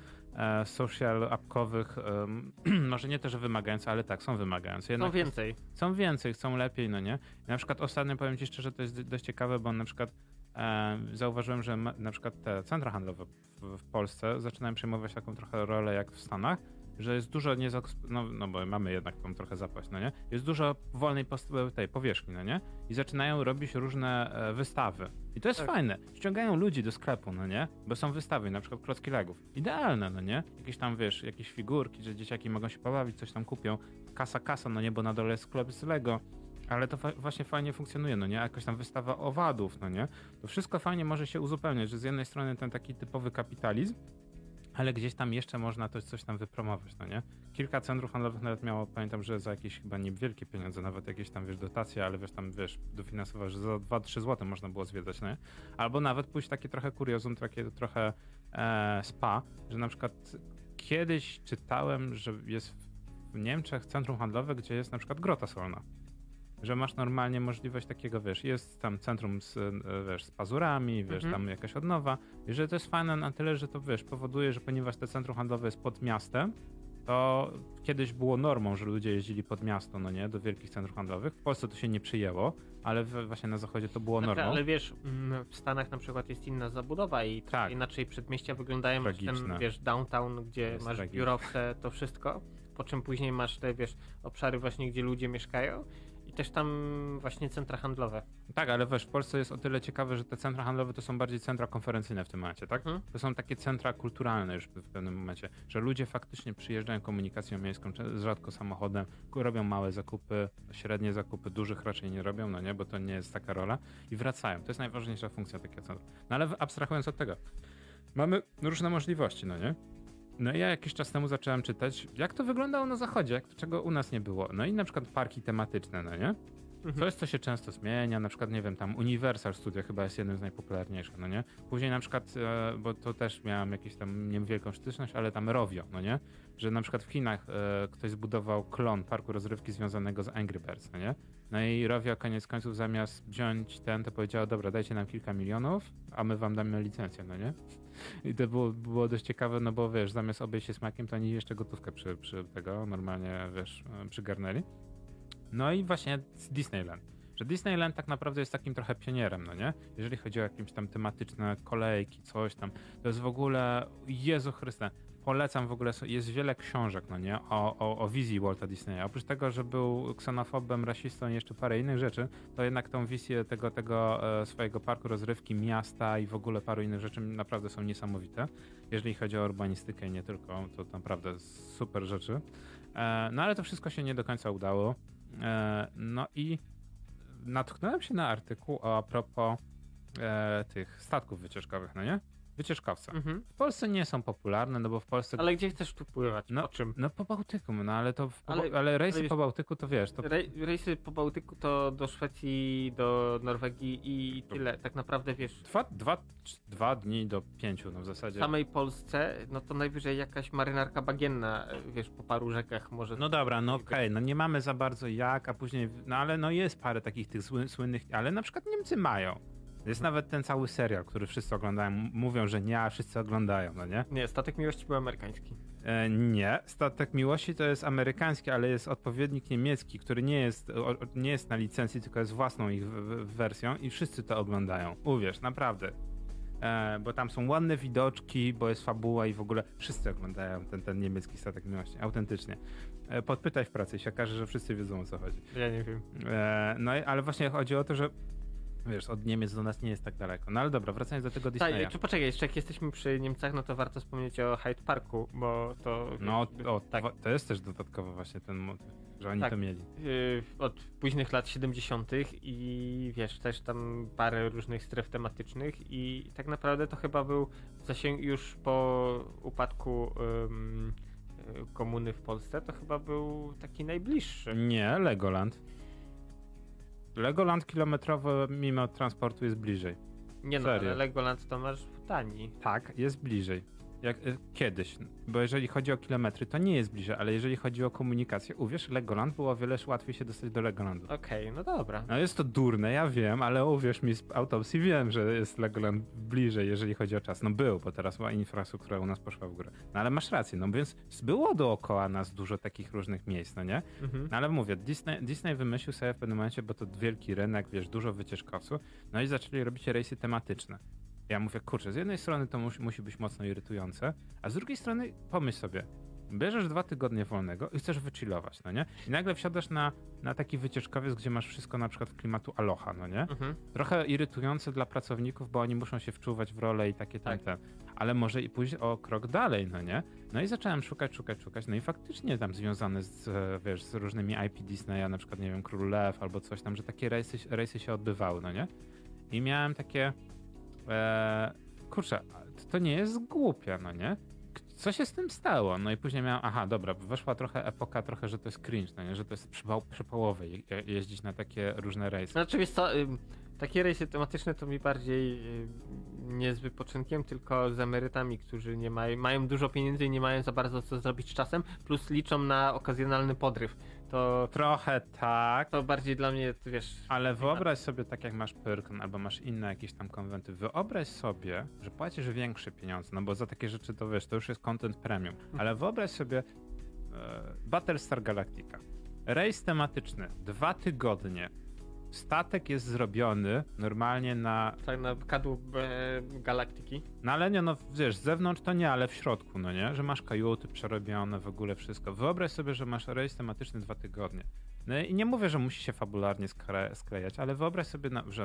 social-apkowych, może nie to, że wymagające, ale tak, są wymagające. Są więcej. Są więcej, chcą lepiej, no nie? I na przykład ostatnio, powiem ci szczerze, to jest dość ciekawe, bo na przykład zauważyłem, że na przykład te centra handlowe w Polsce zaczynają przejmować taką trochę rolę jak w Stanach, że jest dużo no bo mamy jednak tą trochę zapaść, no nie? Jest dużo wolnej tej powierzchni, no nie? I zaczynają robić różne wystawy. I to jest fajne. Ściągają ludzi do sklepu, no nie? Bo są wystawy, na przykład klocki Legów. Idealne, no nie? Jakieś tam, wiesz, jakieś figurki, że dzieciaki mogą się pobawić, coś tam kupią. Kasa, no nie? Bo na dole jest sklep z Lego. Ale to właśnie fajnie funkcjonuje, no nie? Jakaś tam wystawa owadów, no nie? To wszystko fajnie może się uzupełniać, że z jednej strony ten taki typowy kapitalizm, ale gdzieś tam jeszcze można coś tam wypromować, no nie? Kilka centrów handlowych nawet miało, pamiętam, że za jakieś chyba niewielkie pieniądze, nawet jakieś tam, wiesz, dotacje, ale wiesz, tam, wiesz, dofinansować, że za 2-3 zł można było zwiedzać, no nie? Albo nawet pójść takie trochę kuriozum, takie trochę spa, że na przykład kiedyś czytałem, że jest w Niemczech centrum handlowe, gdzie jest na przykład grota solna. Że masz normalnie możliwość takiego, wiesz, jest tam centrum z pazurami, wiesz, tam jakaś odnowa i że to jest fajne na tyle, że to, wiesz, powoduje, że ponieważ to centrum handlowe jest pod miastem, to kiedyś było normą, że ludzie jeździli pod miasto, no nie, do wielkich centrów handlowych. W Polsce to się nie przyjęło, ale właśnie na zachodzie to było normą. Ale wiesz, w Stanach na przykład jest inna zabudowa i inaczej przedmieścia wyglądają, ten, wiesz, downtown, gdzie masz biurowce, to wszystko, po czym później masz te, wiesz, obszary właśnie, gdzie ludzie mieszkają. I też tam właśnie centra handlowe. Tak, ale wiesz, w Polsce jest o tyle ciekawe, że te centra handlowe to są bardziej centra konferencyjne w tym momencie, tak? To są takie centra kulturalne już w pewnym momencie, że ludzie faktycznie przyjeżdżają komunikacją miejską, rzadko samochodem, robią małe zakupy, średnie zakupy, dużych raczej nie robią, no nie, bo to nie jest taka rola i wracają. To jest najważniejsza funkcja takiego centrum. No ale abstrahując od tego, mamy różne możliwości, no nie? No i ja jakiś czas temu zacząłem czytać, jak to wyglądało na zachodzie, czego u nas nie było. No i na przykład parki tematyczne, no nie? To jest, co się często zmienia, na przykład, nie wiem, tam Universal Studio chyba jest jednym z najpopularniejszych, no nie? Później na przykład, bo to też miałem jakąś tam niewielką styczność, ale tam Rovio, no nie? Że na przykład w Chinach ktoś zbudował klon parku rozrywki związanego z Angry Birds, no nie? No i Rovio koniec końców zamiast wziąć to powiedziało, dobra, dajcie nam kilka milionów, a my wam damy licencję, no nie? I to było dość ciekawe, no bo wiesz, zamiast obejść się smakiem, to oni jeszcze gotówkę przy tego normalnie, wiesz, przygarnęli. No i właśnie Disneyland. Że Disneyland tak naprawdę jest takim trochę pionierem, no nie? Jeżeli chodzi o jakieś tam tematyczne kolejki, coś tam, to jest w ogóle, Jezu Chryste, polecam w ogóle, jest wiele książek, no nie? O wizji Walta Disneya. Oprócz tego, że był ksenofobem, rasistą i jeszcze parę innych rzeczy, to jednak tą wizję tego swojego parku rozrywki, miasta i w ogóle paru innych rzeczy naprawdę są niesamowite. Jeżeli chodzi o urbanistykę i nie tylko, to naprawdę super rzeczy. No ale to wszystko się nie do końca udało. No i natknąłem się na artykuł a propos tych statków wycieczkowych, no nie? Wycieczkowca. W Polsce nie są popularne, no bo w Polsce... Ale gdzie chcesz tu pływać? No, o czym? No po Bałtyku, no ale to... Ale rejsy po Bałtyku to wiesz... To... Rejsy po Bałtyku to do Szwecji, do Norwegii i tyle. Tak naprawdę wiesz... 2 dni do 5, no w zasadzie. W samej Polsce, no to najwyżej jakaś marynarka bagienna, wiesz, po paru rzekach może... No dobra, no okej, no nie mamy za bardzo jak, a później... No ale no jest parę takich tych słynnych... Ale na przykład Niemcy mają. Jest nawet ten cały serial, który wszyscy oglądają. Mówią, że nie, a wszyscy oglądają, no nie? Nie, Statek Miłości był amerykański. Nie, Statek Miłości to jest amerykański, ale jest odpowiednik niemiecki, który nie jest na licencji, tylko jest własną ich wersją i wszyscy to oglądają. Uwierz, naprawdę. Bo tam są ładne widoczki, bo jest fabuła i w ogóle wszyscy oglądają ten niemiecki Statek Miłości, autentycznie. Podpytaj w pracy i się okaże, że wszyscy wiedzą, o co chodzi. Ja nie wiem. No ale właśnie chodzi o to, że wiesz, od Niemiec do nas nie jest tak daleko. No ale dobra, wracając do tego Disneya. Tak, poczekaj, jeszcze jak jesteśmy przy Niemcach, no to warto wspomnieć o Hyde Parku, bo to... No, to jest też dodatkowo właśnie ten motyw, że oni to mieli. Od późnych lat 70. i wiesz, też tam parę różnych stref tematycznych i tak naprawdę to chyba był już po upadku komuny w Polsce, to chyba był taki najbliższy. Nie, Legoland. Legoland kilometrowo mimo transportu jest bliżej. Nie no, ale Legoland to masz w Danii. Tak, jest bliżej. Jak kiedyś, bo jeżeli chodzi o kilometry, to nie jest bliżej, ale jeżeli chodzi o komunikację, uwierz, Legoland było o wiele łatwiej się dostać do Legolandu. Okej, no dobra. No jest to durne, ja wiem, ale uwierz mi, z autopsji wiem, że jest Legoland bliżej, jeżeli chodzi o czas. No był, bo teraz była infrastruktura u nas poszła w górę. No ale masz rację, no więc było dookoła nas dużo takich różnych miejsc, no nie? No ale mówię, Disney wymyślił sobie w pewnym momencie, bo to wielki rynek, wiesz, dużo wycieczkowców, no i zaczęli robić rejsy tematyczne. Ja mówię, kurczę, z jednej strony to musi być mocno irytujące, a z drugiej strony pomyśl sobie, bierzesz 2 tygodnie wolnego i chcesz wychillować, no nie? I nagle wsiadasz na taki wycieczkowiec, gdzie masz wszystko na przykład w klimatu Aloha, no nie? Trochę irytujące dla pracowników, bo oni muszą się wczuwać w rolę i takie tamte. Ale może i pójść o krok dalej, no nie? No i zacząłem szukać, no i faktycznie tam związane z różnymi IP Disneya, na przykład, nie wiem, Król Lew albo coś tam, że takie rejsy się odbywały, no nie? I miałem takie... kurczę, to nie jest głupie, no nie? Co się z tym stało? No i później miałem, dobra, weszła trochę epoka, że to jest cringe, no nie? Że to jest przypałowe jeździć na takie różne rejsy. Znaczy wiesz co, takie rejsy tematyczne to mi bardziej nie z wypoczynkiem, tylko z emerytami, którzy nie mają dużo pieniędzy i nie mają za bardzo co zrobić z czasem, plus liczą na okazjonalny podryw. To trochę tak. To bardziej dla mnie, wiesz... Ale wyobraź sobie, tak jak masz Pyrkon albo masz inne jakieś tam konwenty, wyobraź sobie, że płacisz większe pieniądze, no bo za takie rzeczy to wiesz, to już jest content premium, ale wyobraź sobie Battlestar Galactica. Rejs tematyczny, 2 tygodnie. Statek jest zrobiony normalnie na... Tak, na kadłub galaktyki. No ale nie, no wiesz, z zewnątrz to nie, ale w środku, no nie? Że masz kajuty przerobione, w ogóle wszystko. Wyobraź sobie, że masz rejs tematyczny 2 tygodnie. No i nie mówię, że musi się fabularnie sklejać, ale wyobraź sobie,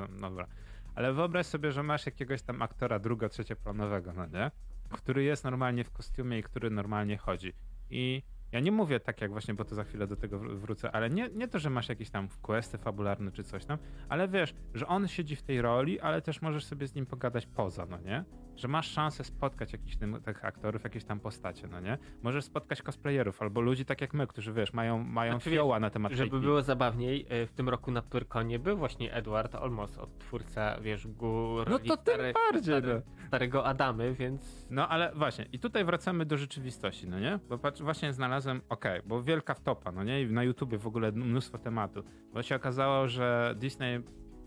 ale wyobraź sobie, że masz jakiegoś tam aktora trzecioplanowego, no nie? Który jest normalnie w kostiumie i który normalnie chodzi. I ja nie mówię tak jak właśnie, bo to za chwilę do tego wrócę, ale nie to, że masz jakieś tam questy fabularne czy coś tam, ale wiesz, że on siedzi w tej roli, ale też możesz sobie z nim pogadać poza, no nie? Że masz szansę spotkać jakichś tych aktorów, jakieś tam postacie, no nie? Możesz spotkać cosplayerów albo ludzi tak jak my, którzy wiesz, mają fioła na temat Żeby było zabawniej, w tym roku na Pyrkonie był właśnie Edward Olmos, twórca, wiesz, gór. No to tym bardziej, starego Adamy, więc... No ale właśnie, i tutaj wracamy do rzeczywistości, no nie? Bo właśnie znalazłem, bo wielka wtopa, no nie? I na YouTubie w ogóle mnóstwo tematów, bo się okazało, że Disney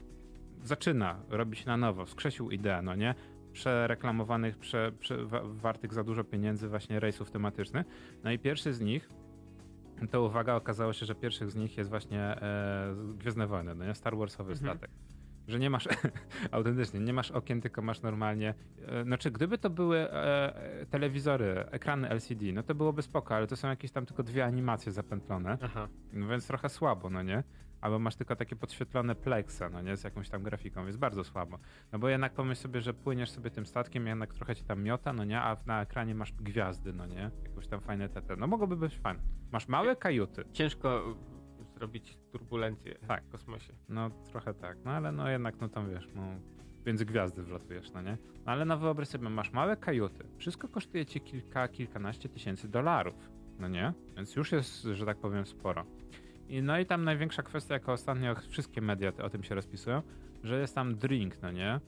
zaczyna robić na nowo, wskrzesił ideę, no nie? Przereklamowanych, wartych za dużo pieniędzy właśnie rejsów tematycznych. No i pierwszy z nich, to uwaga, okazało się, że pierwszy z nich jest właśnie Gwiezdne Wojny, no nie? Star Warsowy statek. Że nie masz, autentycznie, nie masz okien, tylko masz normalnie, znaczy gdyby to były telewizory, ekrany LCD, no to byłoby spoko, ale to są jakieś tam tylko 2 animacje zapętlone, no więc trochę słabo, no nie? Albo masz tylko takie podświetlone plexe, no nie, z jakąś tam grafiką, jest bardzo słabo. No bo jednak pomyśl sobie, że płyniesz sobie tym statkiem, jednak trochę ci tam miota, no nie, a na ekranie masz gwiazdy, no nie, jakąś tam fajne tete. No mogłoby być fajne. Masz małe kajuty. Ciężko zrobić turbulencję w kosmosie. No trochę tak, no ale no jednak, no tam wiesz, no między gwiazdy wlatujesz, no nie? No ale no wyobraź sobie, masz małe kajuty, wszystko kosztuje ci kilkanaście tysięcy dolarów, no nie? Więc już jest, że tak powiem, sporo. No i tam największa kwestia, jako ostatnio wszystkie media o tym się rozpisują, że jest tam drink, no nie?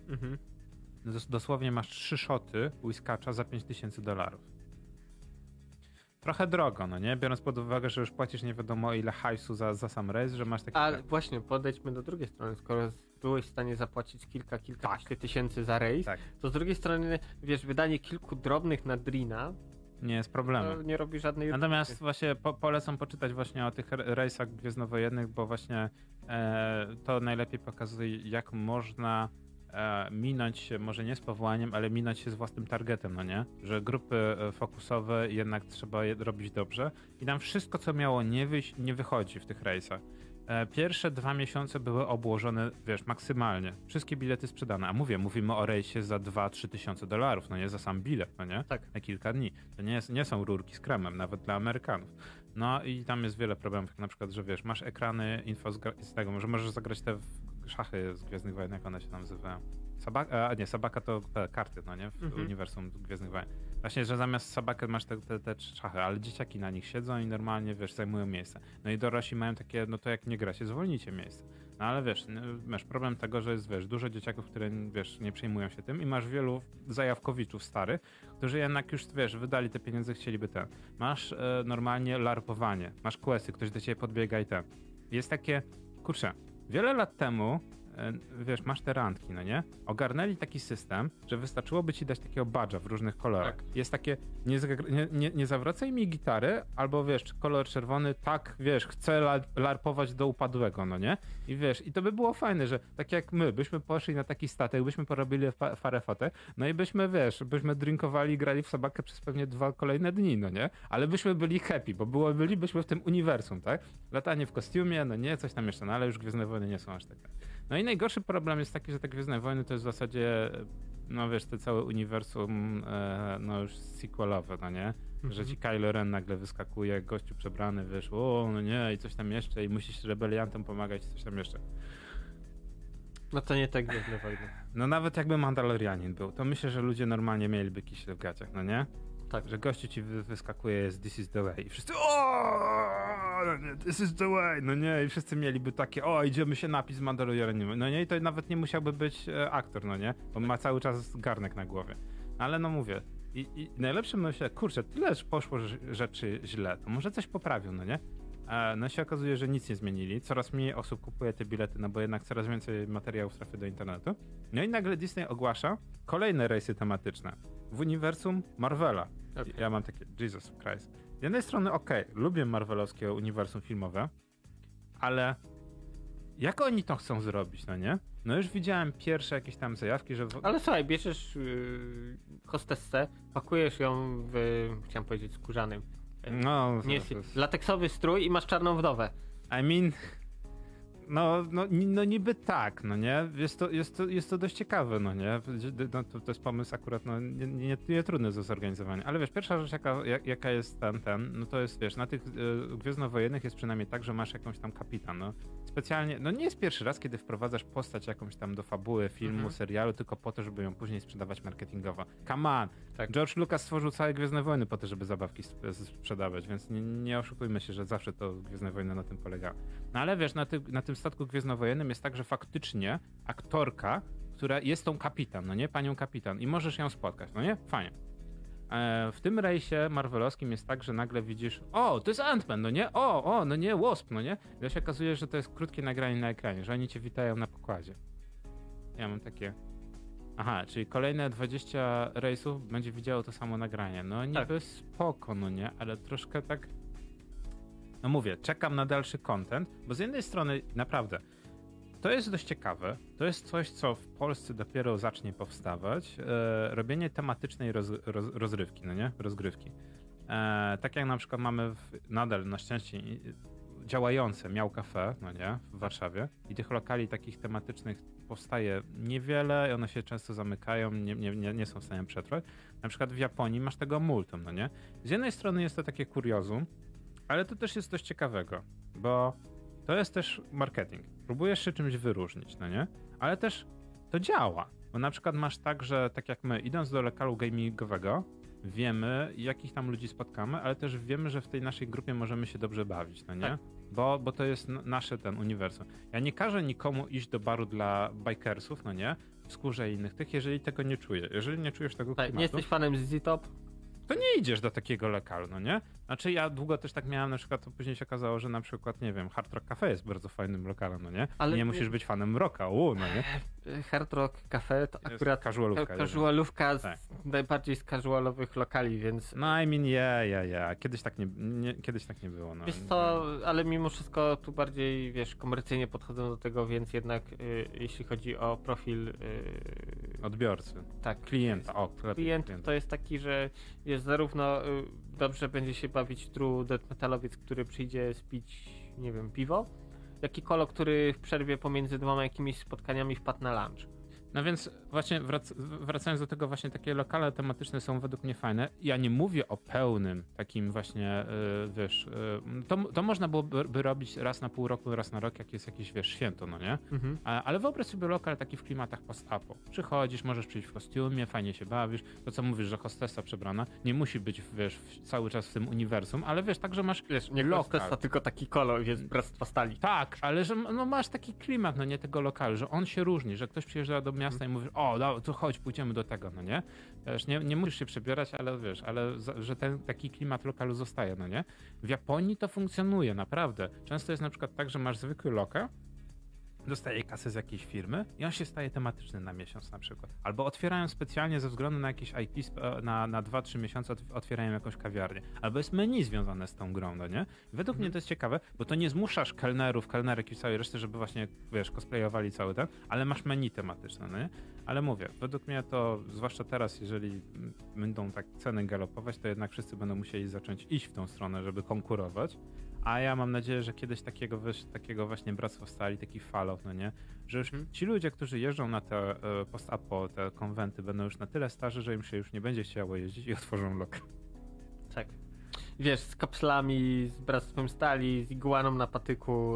Dosłownie masz 3 shoty whiskacza za $5,000. Trochę drogo, no nie? Biorąc pod uwagę, że już płacisz nie wiadomo ile hajsu za sam rejs, że masz taki... Ale właśnie, podejdźmy do drugiej strony. Skoro byłeś w stanie zapłacić kilkanaście tysięcy za rejs, to z drugiej strony, wiesz, wydanie kilku drobnych na Drina nie jest problemem. To nie robi żadnej Natomiast różnicy. Właśnie polecam poczytać właśnie o tych rejsach gwiezdnowojennych, bo właśnie to najlepiej pokazuje, jak można minąć się, może nie z powołaniem, ale minąć się z własnym targetem, no nie? Że grupy fokusowe jednak trzeba je robić dobrze i tam wszystko, co miało nie wyjść, nie wychodzi w tych rejsach. Pierwsze 2 miesiące były obłożone, wiesz, maksymalnie. Wszystkie bilety sprzedane. A mówimy o rejsie za $2-3 tysiące, no nie za sam bilet, no nie? Tak. Na kilka dni. To nie są rurki z kremem, nawet dla Amerykanów. No i tam jest wiele problemów, jak na przykład, że wiesz, masz ekrany info z tego, że możesz zagrać te szachy z Gwiezdnych Wojen, jak one się nazywają. Sabaka to te karty, no nie? W uniwersum Gwiezdnych Wojen. Właśnie, że zamiast Sabakę masz te szachy, ale dzieciaki na nich siedzą i normalnie, wiesz, zajmują miejsce. No i dorośli mają takie, no to jak nie gracie, zwolnicie miejsce. No ale wiesz, masz problem tego, że jest, wiesz, dużo dzieciaków, które, wiesz, nie przejmują się tym i masz wielu zajawkowiczów starych, którzy jednak już, wiesz, wydali te pieniądze, chcieliby ten. Masz normalnie larpowanie, masz questy, ktoś do ciebie podbiega i ten. Jest takie, kurczę, wiele lat temu wiesz, masz te randki, no nie? Ogarnęli taki system, że wystarczyłoby ci dać takiego badża w różnych kolorach. Tak. Jest takie, nie zawracaj mi gitary, albo wiesz, kolor czerwony, tak, wiesz, chcę larpować do upadłego, no nie? I wiesz, i to by było fajne, że tak jak my, byśmy poszli na taki statek, byśmy porobili parę fotek, no i byśmy, wiesz, byśmy drinkowali i grali w Sabakę przez pewnie 2 kolejne dni, no nie? Ale byśmy byli happy, bo bylibyśmy w tym uniwersum, tak? Latanie w kostiumie, no nie, coś tam jeszcze, no ale już Gwiezdne Wojny nie są aż takie. No i najgorszy problem jest taki, że te Gwiezdne Wojny to jest w zasadzie, no wiesz, te całe uniwersum, no już sequelowe, no nie? Że ci Kylo Ren nagle wyskakuje, gościu przebrany, wiesz, o, no nie, i coś tam jeszcze, i musisz rebeliantom pomagać, coś tam jeszcze. No to nie tak Gwiezdne Wojny. No nawet jakby Mandalorianin był, to myślę, że ludzie normalnie mieliby kiśle w gaciach, no nie? Tak. Że gościu ci wyskakuje z This is the way i wszyscy no nie, this is the way, no nie, i wszyscy mieliby takie, idziemy się napić z Mandalorianinem, no nie, i to nawet nie musiałby być aktor, no nie, bo ma cały czas garnek na głowie. Ale no mówię, i najlepsze myślę, kurczę, tyle poszło rzeczy źle, to może coś poprawią, no nie? No się okazuje, że nic nie zmienili, coraz mniej osób kupuje te bilety, no bo jednak coraz więcej materiałów trafia do internetu. No i nagle Disney ogłasza kolejne rejsy tematyczne w uniwersum Marvela. Okay. Ja mam takie, Jesus Christ. Z jednej strony lubię marvelowskie uniwersum filmowe, ale jak oni to chcą zrobić, no nie? No już widziałem pierwsze jakieś tam zajawki, że... Ale słuchaj, bierzesz hostessę, pakujesz ją w, chciałem powiedzieć, skórzanym. No, lateksowy strój i masz czarną wdowę. I mean... No niby tak, no nie? Jest to dość ciekawe, no nie? No, to jest pomysł akurat nie trudny do zorganizowania. Ale wiesz, pierwsza rzecz jaka jest no to jest, wiesz, na tych Gwiezdnowojennych jest przynajmniej tak, że masz jakąś tam kapitan, no. Specjalnie, no nie jest pierwszy raz, kiedy wprowadzasz postać jakąś tam do fabuły, filmu, serialu, tylko po to, żeby ją później sprzedawać marketingowo. Come on! Tak. George Lucas stworzył całe Gwiezdne Wojny po to, żeby zabawki sprzedawać, więc nie oszukujmy się, że zawsze to Gwiezdne Wojny na tym polegały. No ale wiesz, na tym statku gwiezdnowojennym jest tak, że faktycznie aktorka, która jest tą kapitan, no nie? Panią kapitan i możesz ją spotkać, no nie? Fajnie. W tym rejsie marvelowskim jest tak, że nagle widzisz, to jest Ant-Man, no nie? No nie, Wasp, no nie? I się okazuje, że to jest krótkie nagranie na ekranie, że oni cię witają na pokładzie. Ja mam takie... Aha, czyli kolejne 20 rejsów będzie widziało to samo nagranie. No niby spoko, no nie? Ale troszkę tak... No mówię, czekam na dalszy content, bo z jednej strony naprawdę to jest dość ciekawe, to jest coś, co w Polsce dopiero zacznie powstawać, robienie tematycznej rozrywki, no nie? Rozgrywki. Tak jak na przykład mamy nadal na szczęście działające Miał Cafe, no nie? W Warszawie i tych lokali takich tematycznych powstaje niewiele i one się często zamykają, nie są w stanie przetrwać. Na przykład w Japonii masz tego multum, no nie? Z jednej strony jest to takie kuriozum, ale to też jest coś ciekawego, bo to jest też marketing. Próbujesz się czymś wyróżnić, no nie? Ale też to działa. Bo na przykład masz tak, że tak jak my, idąc do lokalu gamingowego, wiemy, jakich tam ludzi spotkamy, ale też wiemy, że w tej naszej grupie możemy się dobrze bawić, no nie? Tak. Bo to jest nasze uniwersum. Ja nie każę nikomu iść do baru dla bikersów, no nie? W skórze innych tych, jeżeli tego nie czuje. Jeżeli nie czujesz tego klimatu... Nie jesteś fanem ZZ-Top? To nie idziesz do takiego lokalu, no nie? Znaczy ja długo też tak miałem, na przykład to później się okazało, że na przykład, nie wiem, Hard Rock Cafe jest bardzo fajnym lokalem, no nie? Ale nie musisz być fanem rocka, no nie? Hard Rock Cafe to jest akurat casualówka z najbardziej z casualowych lokali, więc... No I mean, Kiedyś tak nie było, no. Wiesz co, ale mimo wszystko tu bardziej, wiesz, komercyjnie podchodzą do tego, więc jednak jeśli chodzi o profil... odbiorcy. Tak. Klienta. Klient to jest taki, że jest zarówno dobrze będzie się bawić true death metalowiec, który przyjdzie spić, nie wiem, piwo, Jaki kolo, który w przerwie pomiędzy dwoma jakimiś spotkaniami wpadł na lunch. No więc właśnie wracając do tego, właśnie takie lokale tematyczne są według mnie fajne. Ja nie mówię o pełnym takim właśnie, wiesz, to można byłoby robić raz na pół roku, raz na rok, jak jest jakieś, wiesz, święto, no nie? Ale wyobraź sobie lokal taki w klimatach post-apo. Przychodzisz, możesz przyjść w kostiumie, fajnie się bawisz. To co mówisz, że hostessa przebrana nie musi być, wiesz, cały czas w tym uniwersum, ale wiesz, także masz, wiesz, nie hostessa, tylko taki kolor, jest Bractwa Stali. Tak, ale że no masz taki klimat, no nie, tego lokalu, że on się różni, że ktoś przyjeżdża do miasta i mówisz, o, to chodź, pójdziemy do tego, no nie? Wiesz, nie musisz się przebierać, ale wiesz, że ten taki klimat lokalu zostaje, no nie? W Japonii to funkcjonuje, naprawdę. Często jest na przykład tak, że masz zwykły lokal, dostaje kasę z jakiejś firmy i on się staje tematyczny na miesiąc na przykład. Albo otwierają specjalnie ze względu na jakieś IP na 2-3 miesiące otwierają jakąś kawiarnię. Albo jest menu związane z tą grą, no nie? Według mnie to jest ciekawe, bo to nie zmuszasz kelnerek i całej reszty, żeby właśnie, wiesz, cosplayowali cały ten, ale masz menu tematyczne, no nie? Ale mówię, według mnie to, zwłaszcza teraz, jeżeli będą tak ceny galopować, to jednak wszyscy będą musieli zacząć iść w tą stronę, żeby konkurować. A ja mam nadzieję, że kiedyś takiego właśnie Bractwo Stali, taki Fallout, no nie? Że już ci ludzie, którzy jeżdżą na te post-apo, te konwenty, będą już na tyle starzy, że im się już nie będzie chciało jeździć i otworzą lokal. Tak. Wiesz, z kapslami, z Bractwem Stali, z iguaną na patyku.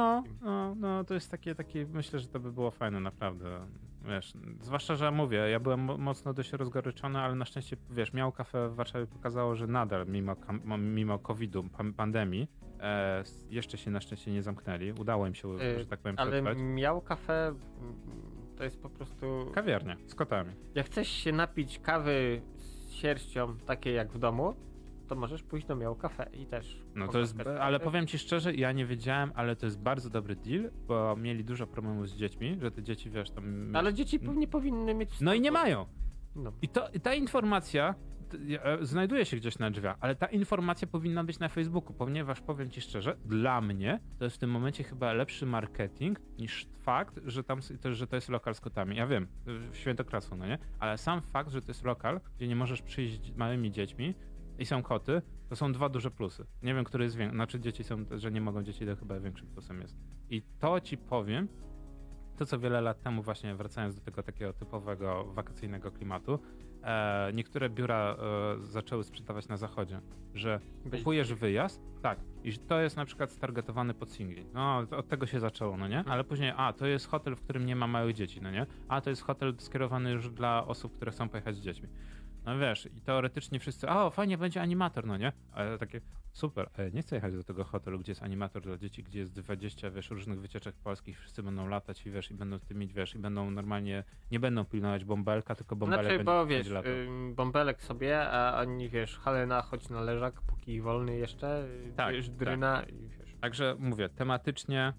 No, to jest takie, myślę, że to by było fajne, naprawdę. Wiesz, zwłaszcza, że mówię, ja byłem mocno dość rozgoryczony, ale na szczęście, wiesz, Miał Cafe w Warszawie pokazało, że nadal, mimo COVID-u, pandemii, jeszcze się na szczęście nie zamknęli. Udało im się, że tak powiem, przetrwać. Ale Miał Cafe to jest po prostu... Kawiarnia z kotami. Jak chcesz się napić kawy z sierścią, takiej jak w domu, to możesz pójść do Miał Cafe i też... No to jest, ale powiem ci szczerze, ja nie wiedziałem, ale to jest bardzo dobry deal, bo mieli dużo problemów z dziećmi, że te dzieci, wiesz, tam... Ale dzieci nie powinny mieć wstępu. No i nie mają. No. I ta informacja znajduje się gdzieś na drzwiach, ale ta informacja powinna być na Facebooku, ponieważ powiem ci szczerze, dla mnie to jest w tym momencie chyba lepszy marketing niż fakt, że to jest lokal z kotami. Ja wiem, świętokradztwo, no nie? Ale sam fakt, że to jest lokal, gdzie nie możesz przyjść z małymi dziećmi i są koty, to są dwa duże plusy. Nie wiem, który jest większy. Znaczy dzieci są, że nie mogą dzieci, to chyba większym plusem jest. I to ci powiem, to co wiele lat temu właśnie wracając do tego takiego typowego wakacyjnego klimatu, niektóre biura zaczęły sprzedawać na zachodzie, że kupujesz wyjazd, tak, i to jest na przykład stargetowany pod singli. No, od tego się zaczęło, no nie? Ale później, to jest hotel, w którym nie ma małych dzieci, no nie? To jest hotel skierowany już dla osób, które chcą pojechać z dziećmi. No wiesz, i teoretycznie wszyscy, fajnie, będzie animator, no nie? Ale takie, super, ale nie chcę jechać do tego hotelu, gdzie jest animator dla dzieci, gdzie jest 20, wiesz, różnych wycieczek polskich, wszyscy będą latać i wiesz, i będą z tym mieć, wiesz, i będą normalnie, nie będą pilnować bąbelka, tylko bąbelek będzie bo wiesz, bąbelek sobie, a oni, wiesz, Halena, chodź na leżak, póki wolny jeszcze, tak, wiesz, dryna i wiesz. Także mówię, tematycznie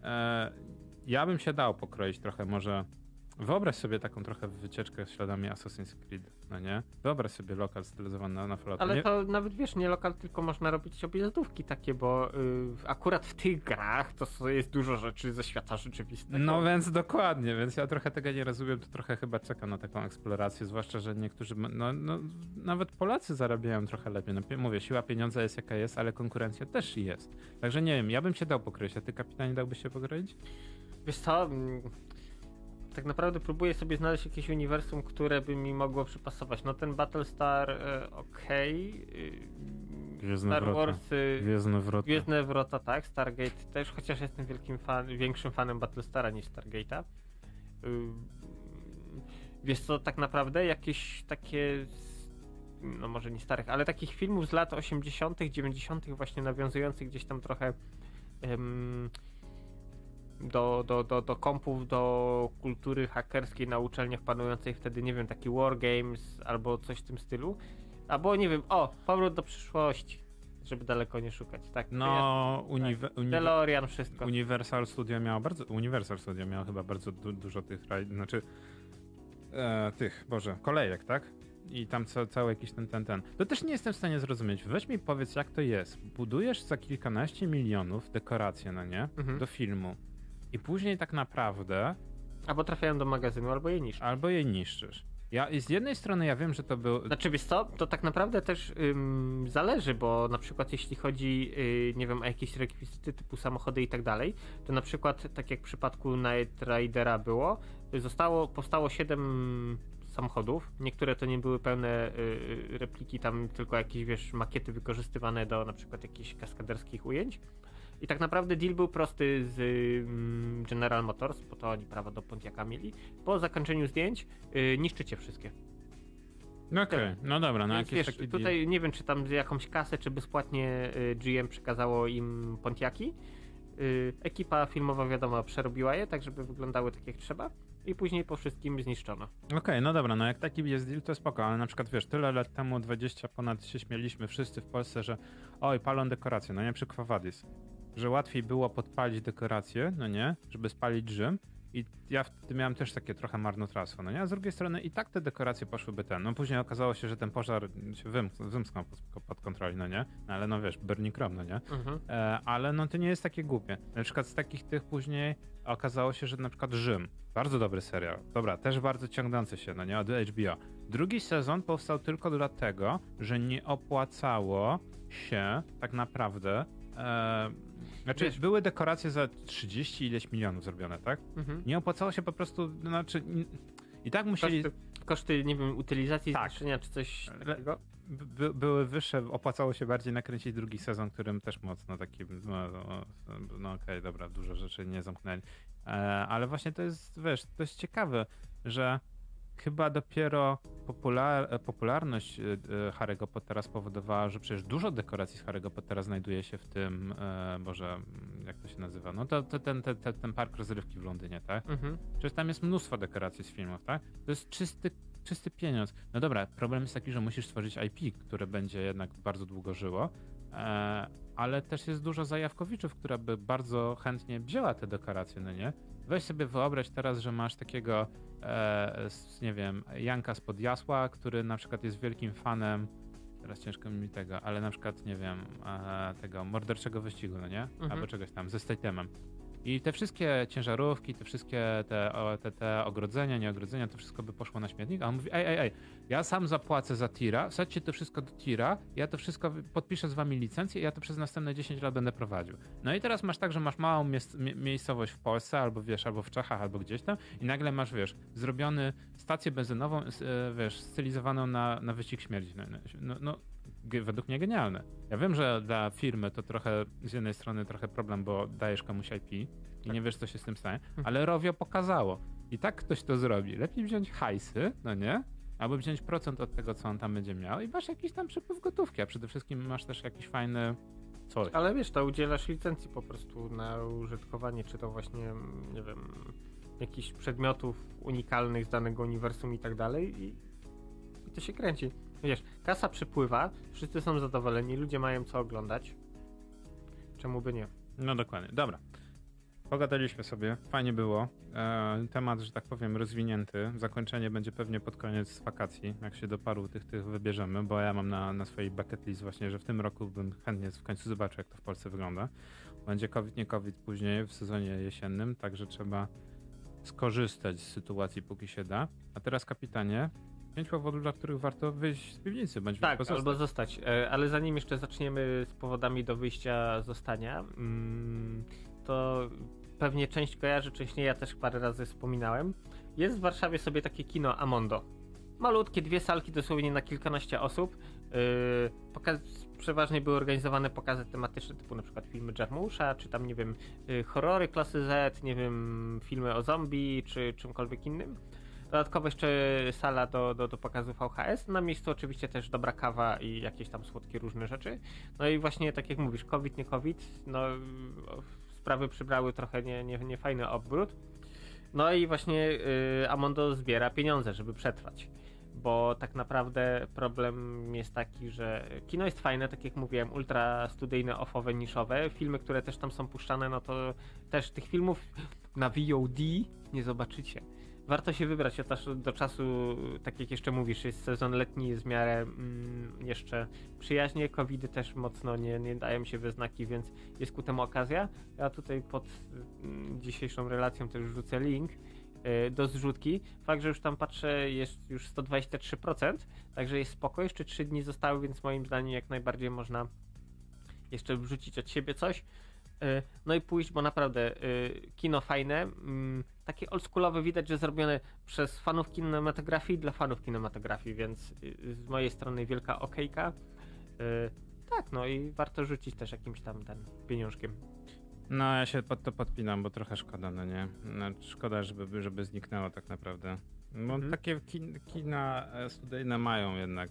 ja bym się dał pokroić trochę, może wyobraź sobie taką trochę wycieczkę śladami Assassin's Creed, no nie? Wyobraź sobie lokal stylizowany na Fallout. Ale to nawet, wiesz, nie lokal, tylko można robić objazdówki takie, bo akurat w tych grach to jest dużo rzeczy ze świata rzeczywistego. No więc dokładnie, więc ja trochę tego nie rozumiem, to trochę chyba czekam na taką eksplorację, zwłaszcza, że niektórzy, no nawet Polacy zarabiają trochę lepiej. No mówię, siła pieniądza jest jaka jest, ale konkurencja też jest. Także nie wiem, ja bym się dał pokroić, a ty, kapitanie, dałbyś się pokroić? Wiesz co, tak naprawdę próbuję sobie znaleźć jakieś uniwersum, które by mi mogło przypasować. No ten Battlestar, Star Warsy, Gwiezdne Wrota, tak, Stargate też, chociaż jestem większym fanem Battlestara niż Stargate'a. Wiesz co, tak naprawdę jakieś takie, no może nie starych, ale takich filmów z lat 80., 90., właśnie nawiązujących gdzieś tam trochę do kompów, do kultury hakerskiej na uczelniach panującej wtedy, nie wiem, taki Wargames albo coś w tym stylu. Albo nie wiem, Powrót do przyszłości, żeby daleko nie szukać, tak? No, DeLorean, wszystko. Universal Studio miało chyba bardzo dużo tych, znaczy kolejek, tak? I tam cały jakiś ten. To też nie jestem w stanie zrozumieć. Weź mi powiedz, jak to jest. Budujesz za kilkanaście milionów dekoracje, no nie? Do filmu. I później tak naprawdę... Albo trafiają do magazynu, albo je niszczysz. Albo je niszczysz. I z jednej strony ja wiem, że to był... Znaczy wiesz co, to tak naprawdę też zależy, bo na przykład jeśli chodzi, nie wiem, o jakieś rekwizyty typu samochody i tak dalej, to na przykład, tak jak w przypadku Knight Ridera było, powstało 7 samochodów, niektóre to nie były pełne repliki, tam tylko jakieś, wiesz, makiety wykorzystywane do na przykład jakichś kaskaderskich ujęć. I tak naprawdę deal był prosty z General Motors, bo to oni prawo do Pontiaca mieli. Po zakończeniu zdjęć niszczycie wszystkie. Okej, no dobra, no Więc jakiś wiesz, taki tutaj deal. nie wiem, czy tam jakąś kasę, czy bezpłatnie GM przekazało im Pontiaki. Ekipa filmowa, wiadomo, przerobiła je, tak żeby wyglądały tak jak trzeba. I później po wszystkim zniszczono. Okej, no dobra, no jak taki jest deal, to spoko, ale na przykład wiesz, tyle lat temu, 20 ponad się śmieliśmy wszyscy w Polsce, że oj, palą dekoracje, no nie, przy Quo Vadis, że łatwiej było podpalić dekoracje, no nie, żeby spalić Rzym i ja wtedy miałem też takie trochę marnotrawstwo, no nie, a z drugiej strony i tak te dekoracje poszłyby no później okazało się, że ten pożar się wymsknął pod kontroli, no nie, no, ale no wiesz, Burning Chrome, no nie, ale no to nie jest takie głupie, na przykład z takich tych później okazało się, że na przykład Rzym, bardzo dobry serial, dobra, też bardzo ciągnący się, no nie, od HBO. Drugi sezon powstał tylko dlatego, że nie opłacało się tak naprawdę, znaczy Wiesz, były dekoracje za 30 ileś milionów zrobione, tak? Nie opłacało się po prostu, znaczy i tak musieli... Koszty, nie wiem, utylizacji, tak, zniszczenia czy coś takiego? Były wyższe, opłacało się bardziej nakręcić drugi sezon, którym też mocno taki, no okej, dobra, dużo rzeczy nie zamknęli. Ale właśnie to jest, wiesz, to jest ciekawe, że chyba dopiero popularność Harry'ego Pottera spowodowała, że przecież dużo dekoracji z Harry'ego Pottera znajduje się w tym, Boże, jak to się nazywa? No to ten park rozrywki w Londynie, tak? Przecież tam jest mnóstwo dekoracji z filmów, tak? To jest czysty pieniądz. No dobra, problem jest taki, że musisz stworzyć IP, które będzie jednak bardzo długo żyło, ale też jest dużo zajawkowiczów, która by bardzo chętnie wzięła te dekoracje, no nie? Weź sobie wyobraź teraz, że masz takiego, nie wiem, Janka spod Jasła, który na przykład jest wielkim fanem, teraz ciężko mi tego, ale na przykład, nie wiem, tego morderczego wyścigu, no nie? Albo czegoś tam, ze Stathamem. I te wszystkie ciężarówki, te wszystkie te ogrodzenia, nieogrodzenia, to wszystko by poszło na śmietnik, a on mówi, ej, ja sam zapłacę za tira, wsadźcie to wszystko do tira, ja to wszystko podpiszę z wami licencję i ja to przez następne 10 lat będę prowadził. No i teraz masz tak, że masz małą miejscowość w Polsce, albo wiesz, albo w Czechach, albo gdzieś tam i nagle masz, wiesz, zrobiony stację benzynową, wiesz, stylizowaną na wyścig śmierci. No, według mnie genialne. Ja wiem, że dla firmy to trochę, z jednej strony trochę problem, bo dajesz komuś IP i nie wiesz, co się z tym stanie, ale Rovio pokazało. I tak ktoś to zrobi. Lepiej wziąć hajsy, no nie? Albo wziąć procent od tego, co on tam będzie miał i masz jakiś tam przepływ gotówki, a przede wszystkim masz też jakiś fajny coś. Ale wiesz, to udzielasz licencji po prostu na użytkowanie, czy to właśnie, nie wiem, jakichś przedmiotów unikalnych z danego uniwersum i tak dalej i to się kręci. Wiesz, kasa przypływa, wszyscy są zadowoleni, ludzie mają co oglądać. Czemu by nie? No dokładnie, dobra. Pogadaliśmy sobie, fajnie było. Temat, że tak powiem, rozwinięty. Zakończenie będzie pewnie pod koniec wakacji, jak się do paru tych wybierzemy, bo ja mam na swojej bucket list właśnie, że w tym roku bym chętnie w końcu zobaczył, jak to w Polsce wygląda. Będzie COVID, nie COVID później w sezonie jesiennym, także trzeba skorzystać z sytuacji, póki się da. A teraz, kapitanie, 5 powodów, dla których warto wyjść z piwnicy, bądź tak, pozostać. Albo zostać. Ale zanim jeszcze zaczniemy z powodami do wyjścia, zostania, to pewnie część kojarzy, część nie, ja też parę razy wspominałem. Jest w Warszawie sobie takie kino Amondo. Malutkie, 2 salki dosłownie na kilkanaście osób. Przeważnie były organizowane pokazy tematyczne, typu na przykład filmy Jarmusza, czy tam, nie wiem, horrory klasy Z, nie wiem, filmy o zombie, czy czymkolwiek innym. Dodatkowo jeszcze sala do pokazu VHS. Na miejscu oczywiście też dobra kawa i jakieś tam słodkie różne rzeczy. No i właśnie tak jak mówisz, COVID, nie COVID, no sprawy przybrały trochę niefajny obrót. No i właśnie Amondo zbiera pieniądze, żeby przetrwać. Bo tak naprawdę problem jest taki, że kino jest fajne, tak jak mówiłem, ultra studyjne, offowe, niszowe. Filmy, które też tam są puszczane, no to też tych filmów na VOD nie zobaczycie. Warto się wybrać do czasu, tak jak jeszcze mówisz, jest sezon letni, jest w miarę jeszcze przyjaźnie, covidy też mocno nie dają się we znaki, więc jest ku temu okazja. Ja tutaj pod dzisiejszą relacją też wrzucę link do zrzutki. Fakt, że już tam patrzę, jest już 123%, także jest spoko, jeszcze 3 dni zostały, więc moim zdaniem jak najbardziej można jeszcze wrzucić od siebie coś. No i pójść, bo naprawdę kino fajne, takie oldschoolowe, widać, że zrobione przez fanów kinematografii dla fanów kinematografii, więc z mojej strony wielka okejka. Tak, no i warto rzucić też jakimś tam pieniążkiem. No ja się pod to podpinam, bo trochę szkoda, no nie? No, szkoda, żeby zniknęło tak naprawdę. Bo takie kina studyjne mają jednak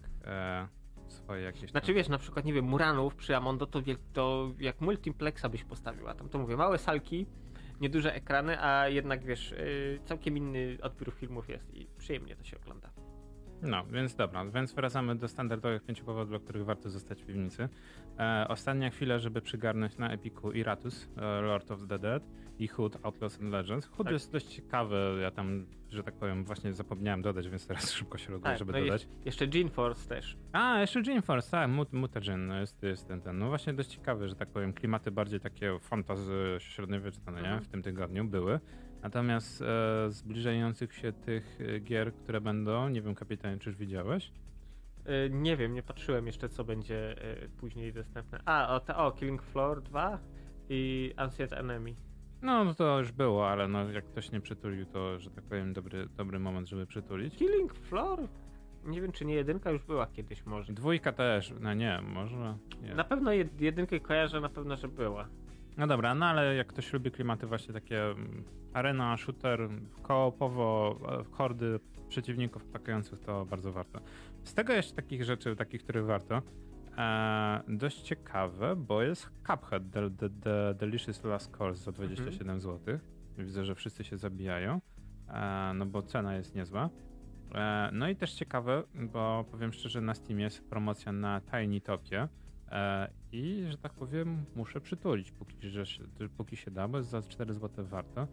swoje jakieś tam... Znaczy wiesz, na przykład, nie wiem, Muranów przy Amondo to jak multiplexa byś postawiła. Tam to mówię, małe salki, nieduże ekrany, a jednak wiesz, całkiem inny odbiór filmów jest i przyjemnie to się ogląda. No, więc dobra, więc wracamy do standardowych 5 powodów, dla których warto zostać w piwnicy. Ostatnia chwila, żeby przygarnąć na Epiku Iratus, Lord of the Dead i Hood, Outlaws and Legends. Hood jest dość ciekawy, ja tam, że tak powiem, właśnie zapomniałem dodać, więc teraz szybko się robię, żeby dodać. Jeszcze GeForce też. A, jeszcze GeForce, tak, Mutagen, no jest ten. No właśnie dość ciekawy, że tak powiem, klimaty bardziej takie fantasy średniowieczne, no nie? W tym tygodniu były. Natomiast zbliżających się tych gier, które będą, nie wiem, kapitanie, czy już widziałeś? Nie wiem, nie patrzyłem jeszcze, co będzie później dostępne. Killing Floor 2 i Ancient Enemy. No to już było, ale no, jak ktoś nie przytulił, to, że tak powiem, dobry moment, żeby przytulić. Killing Floor? Nie wiem, czy nie jedynka już była kiedyś może. 2 też, no nie, może. Nie. Na pewno jedynkę kojarzę, na pewno, że była. No dobra, no ale jak ktoś lubi klimaty właśnie takie arena, shooter, koopowo, hordy przeciwników atakujących, to bardzo warto. Z tego jeszcze takich rzeczy, takich, które warto, dość ciekawe, bo jest Cuphead, the Delicious Last Course za 27 zł. Widzę, że wszyscy się zabijają, no bo cena jest niezła. No i też ciekawe, bo powiem szczerze, na Steamie jest promocja na Tiny Topie. I, że tak powiem, muszę przytulić, póki się da, bo jest za 4 zł warto.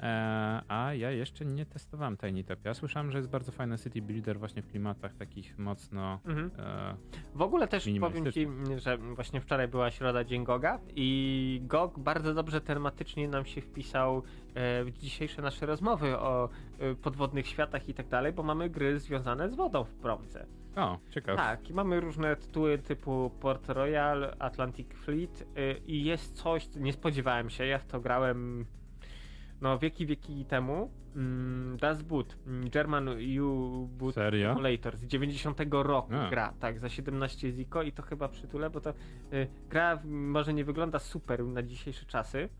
A ja jeszcze nie testowałem Tiny Topia. Słyszałem, że jest bardzo fajny city builder właśnie w klimatach takich mocno w ogóle też powiem ci, że właśnie wczoraj była środa, dzień GOG-a i GOG bardzo dobrze tematycznie nam się wpisał w dzisiejsze nasze rozmowy o podwodnych światach i tak dalej, bo mamy gry związane z wodą w promce. O, ciekawe. Tak, i mamy różne tytuły typu Port Royal, Atlantic Fleet i jest coś, nie spodziewałem się, ja w to grałem wieki temu. Das Boot, German U-Boot Simulator z 90 roku gra, tak, za 17 ziko i to chyba przytulę, bo to gra może nie wygląda super na dzisiejsze czasy,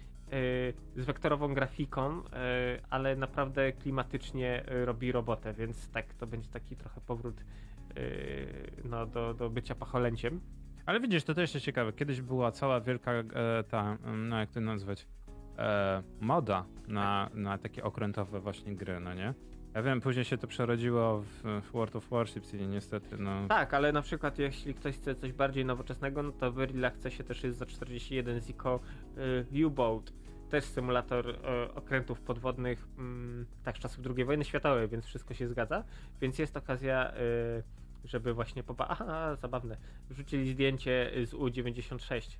z wektorową grafiką, ale naprawdę klimatycznie robi robotę, więc tak, to będzie taki trochę powrót do bycia pacholęciem. Ale widzisz, to też jest ciekawe. Kiedyś była cała wielka jak to nazwać, moda na takie okrętowe właśnie gry, no nie? Ja wiem, później się to przerodziło w World of Warships i niestety, no... Tak, ale na przykład jeśli ktoś chce coś bardziej nowoczesnego, no to w Early Accessie też jest za 41 ziko U-Boat. Też symulator okrętów podwodnych, tak z czasów II wojny światowej, więc wszystko się zgadza. Więc jest okazja, żeby właśnie zabawne. Wrzucili zdjęcie z U-96.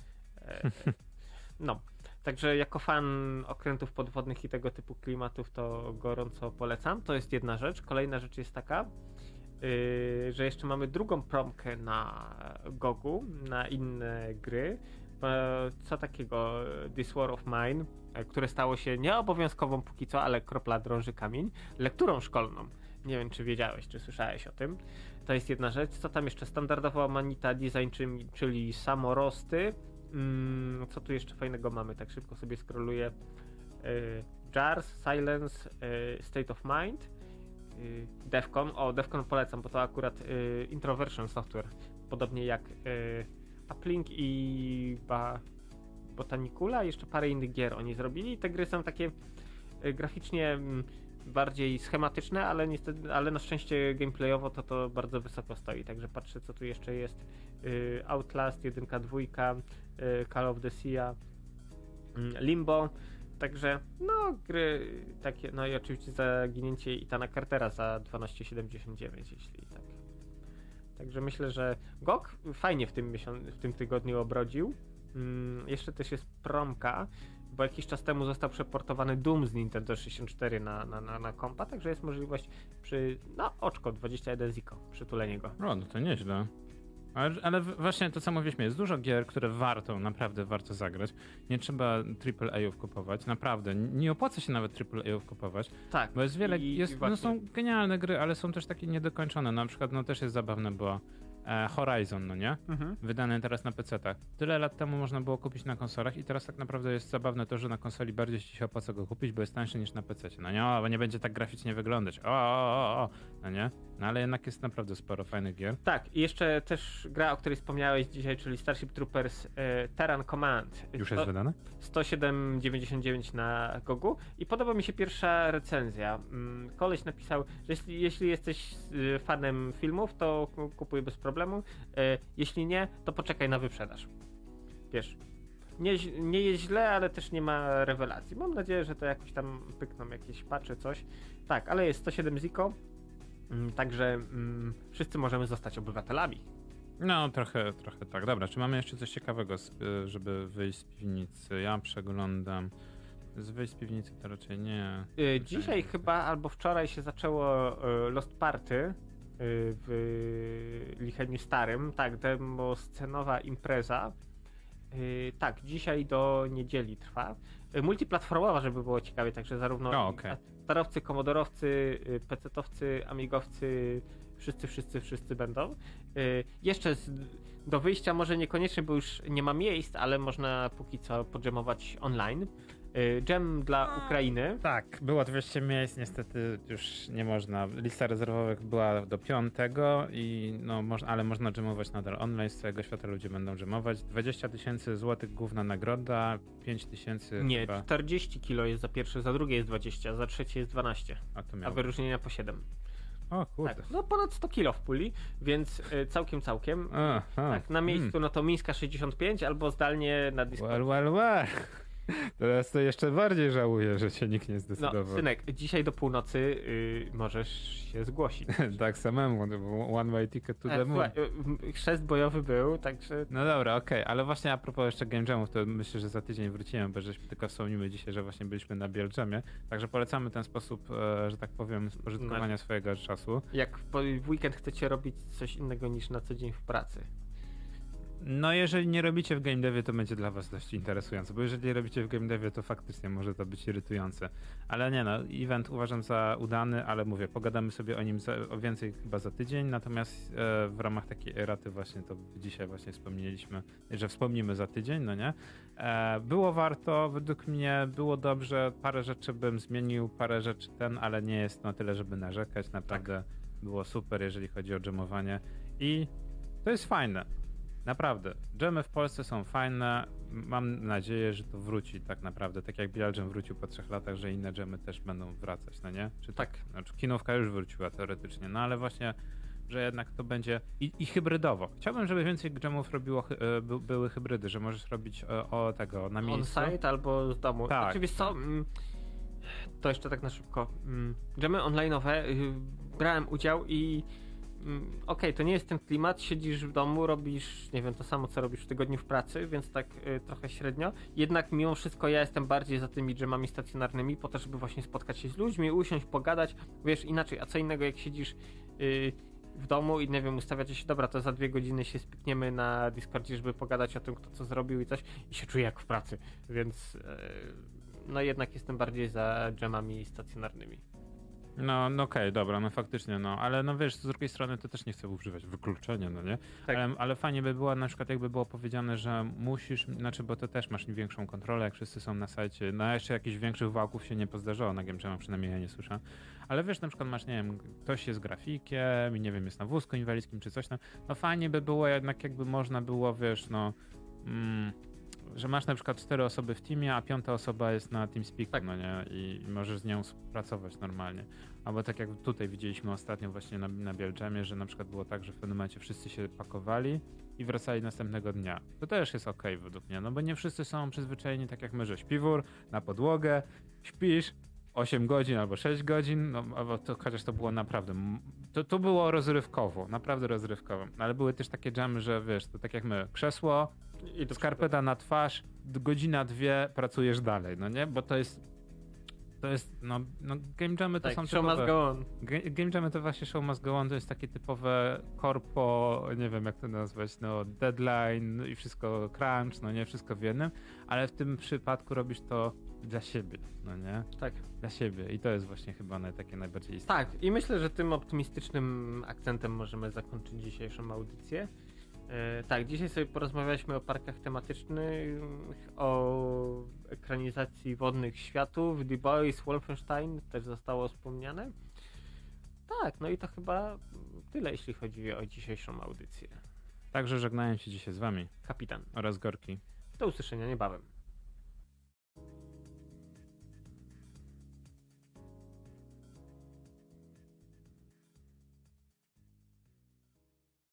No. Także jako fan okrętów podwodnych i tego typu klimatów to gorąco polecam. To jest jedna rzecz. Kolejna rzecz jest taka, że jeszcze mamy drugą promkę na GOG-u, na inne gry. Co takiego This War of Mine, które stało się nieobowiązkową póki co, ale kropla drąży kamień, lekturą szkolną. Nie wiem, czy wiedziałeś, czy słyszałeś o tym. To jest jedna rzecz. Co tam jeszcze? Standardowa Manita Design, czyli samorosty. Co tu jeszcze fajnego mamy? Tak szybko sobie scrolluję. Jars, Silence, State of Mind, Defcon. Defcon polecam, bo to akurat Introversion Software. Podobnie jak Uplink i Botanicula. Jeszcze parę innych gier oni zrobili. Te gry są takie graficznie bardziej schematyczne, ale na szczęście gameplayowo to bardzo wysoko stoi. Także patrzę, co tu jeszcze jest. Outlast 1, 2, Call of the Sea, Limbo. Także gry takie, no i oczywiście Zaginięcie Ethana Cartera za 12,79, jeśli tak. Także myślę, że GOG fajnie w tym tygodniu obrodził. Jeszcze też jest promka, bo jakiś czas temu został przeportowany Doom z Nintendo 64 na kompa, także jest możliwość przy, oczko 21 ziko, przytulenie go. No to nieźle. Ale właśnie to co mówiliśmy, jest dużo gier, które naprawdę warto zagrać. Nie trzeba AAA-ów kupować, naprawdę. Nie opłaca się nawet AAA-ów kupować. Tak. Bo jest wiele, są genialne gry, ale są też takie niedokończone. Na przykład, też jest zabawne, bo Horizon, no nie? Wydany teraz na PC-tach. Tyle lat temu można było kupić na konsolach i teraz tak naprawdę jest zabawne to, że na konsoli bardziej ci się opłaca go kupić, bo jest tańszy niż na PC-cie. No nie, bo nie będzie tak graficznie wyglądać. No nie? No ale jednak jest naprawdę sporo fajnych gier. Tak, i jeszcze też gra, o której wspomniałeś dzisiaj, czyli Starship Troopers Terran Command. Już jest wydane? 107,99 na Gogu i podoba mi się pierwsza recenzja. Koleś napisał, że jeśli jesteś fanem filmów, to kupuj bez problemu. Jeśli nie, to poczekaj na wyprzedaż. Wiesz, nie jest źle, ale też nie ma rewelacji. Mam nadzieję, że to jakoś tam pykną jakieś patche, coś. Tak, ale jest 107 ziko. Także wszyscy możemy zostać obywatelami. No, trochę tak. Dobra, czy mamy jeszcze coś ciekawego, żeby wyjść z piwnicy? Ja przeglądam. Wyjść z piwnicy to raczej nie. Dzisiaj chyba, albo wczoraj się zaczęło Lost Party w Licheniu Starym. Tak, demoscenowa impreza. Tak, dzisiaj do niedzieli trwa. Multiplatformowa, żeby było ciekawie, także zarówno starowcy, komodorowcy, pecetowcy, amigowcy, wszyscy będą. Jeszcze do wyjścia może niekoniecznie, bo już nie ma miejsc, ale można póki co podżemować online. Jam dla Ukrainy. Tak, było 200 miejsc, niestety już nie można. Lista rezerwowych była do 5, ale można dżemować nadal online. Z całego świata ludzie będą dżemować. 20 000 złotych główna nagroda, 5 000 Nie, chyba... 40 kilo jest za pierwsze, za drugie jest 20, za trzecie jest 12. A wyróżnienia po 7. O kurde. Tak, ponad 100 kilo w puli, więc całkiem. Tak, na miejscu to Mińska 65 albo zdalnie na Discord. Well. Teraz to jeszcze bardziej żałuję, że się nikt nie zdecydował. No, synek, dzisiaj do północy możesz się zgłosić. Tak samemu, one way ticket to the moon. Chrzest bojowy był, także... No dobra, okej, ale właśnie a propos jeszcze Game Jamów, to myślę, że za tydzień wrócimy, bo żeśmy tylko wspomnimy dzisiaj, że właśnie byliśmy na Biel Jamie, także polecamy ten sposób, że tak powiem, spożytkowania swojego czasu. Jak w weekend chcecie robić coś innego niż na co dzień w pracy. No jeżeli nie robicie w game devie, to będzie dla was dość interesujące, bo jeżeli robicie w game devie, to faktycznie może to być irytujące. Ale nie event uważam za udany, ale mówię, pogadamy sobie o nim o więcej chyba za tydzień, natomiast w ramach takiej eraty właśnie to dzisiaj właśnie wspomnieliśmy, że wspomnimy za tydzień, no nie? Było warto, według mnie było dobrze, parę rzeczy bym zmienił, parę rzeczy ale nie jest na tyle, żeby narzekać, naprawdę było super, jeżeli chodzi o dżemowanie i to jest fajne. Naprawdę, dżemy w Polsce są fajne, mam nadzieję, że to wróci tak naprawdę, tak jak Bial Jam wrócił po 3 latach, że inne dżemy też będą wracać, no nie? Czy tak? Znaczy kinówka już wróciła teoretycznie, no ale właśnie, że jednak to będzie i hybrydowo. Chciałbym, żeby więcej dżemów były hybrydy, że możesz robić na miejscu. On-site albo z domu. Tak. Oczywiście to jeszcze tak na szybko. Dżemy online'owe, brałem udział i to nie jest ten klimat, siedzisz w domu, robisz, nie wiem, to samo co robisz w tygodniu w pracy, więc tak trochę średnio. Jednak mimo wszystko ja jestem bardziej za tymi dżemami stacjonarnymi, po to, żeby właśnie spotkać się z ludźmi, usiąść, pogadać, wiesz, inaczej, a co innego jak siedzisz w domu i nie wiem, ustawiacie się, dobra, to za 2 godziny się spikniemy na Discordzie, żeby pogadać o tym, kto co zrobił i coś i się czuję jak w pracy, więc jednak jestem bardziej za dżemami stacjonarnymi. No okej, dobra, no faktycznie, ale wiesz, z drugiej strony to też nie chcę używać wykluczenia, no nie? Tak. Ale fajnie by było na przykład jakby było powiedziane, że musisz, bo to też masz większą kontrolę, jak wszyscy są na sajcie, jeszcze jakichś większych wałków się nie pozdarzało na Game Jamie, przynajmniej ja nie słyszę, ale wiesz, na przykład masz, nie wiem, ktoś jest grafikiem i nie wiem, jest na wózku inwalidzkim czy coś tam, fajnie by było jednak jakby można było, wiesz, że masz na przykład 4 osoby w teamie, a 5. osoba jest na TeamSpeaku, no nie? I możesz z nią pracować normalnie. Albo tak jak tutaj widzieliśmy ostatnio właśnie na Biel Jamie, że na przykład było tak, że w pewnym momencie wszyscy się pakowali i wracali następnego dnia. To też jest okej według mnie, bo nie wszyscy są przyzwyczajeni tak jak my, że śpiwór na podłogę, śpisz 8 godzin albo 6 godzin, chociaż to było naprawdę, to było rozrywkowo, naprawdę rozrywkowo, ale były też takie jamy, że wiesz, to tak jak my, krzesło, skarpeta na twarz, godzina, 2 pracujesz dalej, no nie? Bo to jest no game jamy to tak, są show must go on. Game jamy to właśnie show must go on, to jest takie typowe korpo, nie wiem jak to nazwać, no deadline i wszystko crunch, no nie, wszystko w jednym, ale w tym przypadku robisz to dla siebie, no nie? Tak. Dla siebie i to jest właśnie chyba takie najbardziej istotne. Tak, i myślę, że tym optymistycznym akcentem możemy zakończyć dzisiejszą audycję. Tak, dzisiaj sobie porozmawialiśmy o parkach tematycznych, o ekranizacji Wodnych Światów, The Boys, Wolfenstein też zostało wspomniane. Tak, no i to chyba tyle, jeśli chodzi o dzisiejszą audycję. Także żegnają się dzisiaj z wami Kapitan. oraz Gorki. Do usłyszenia niebawem.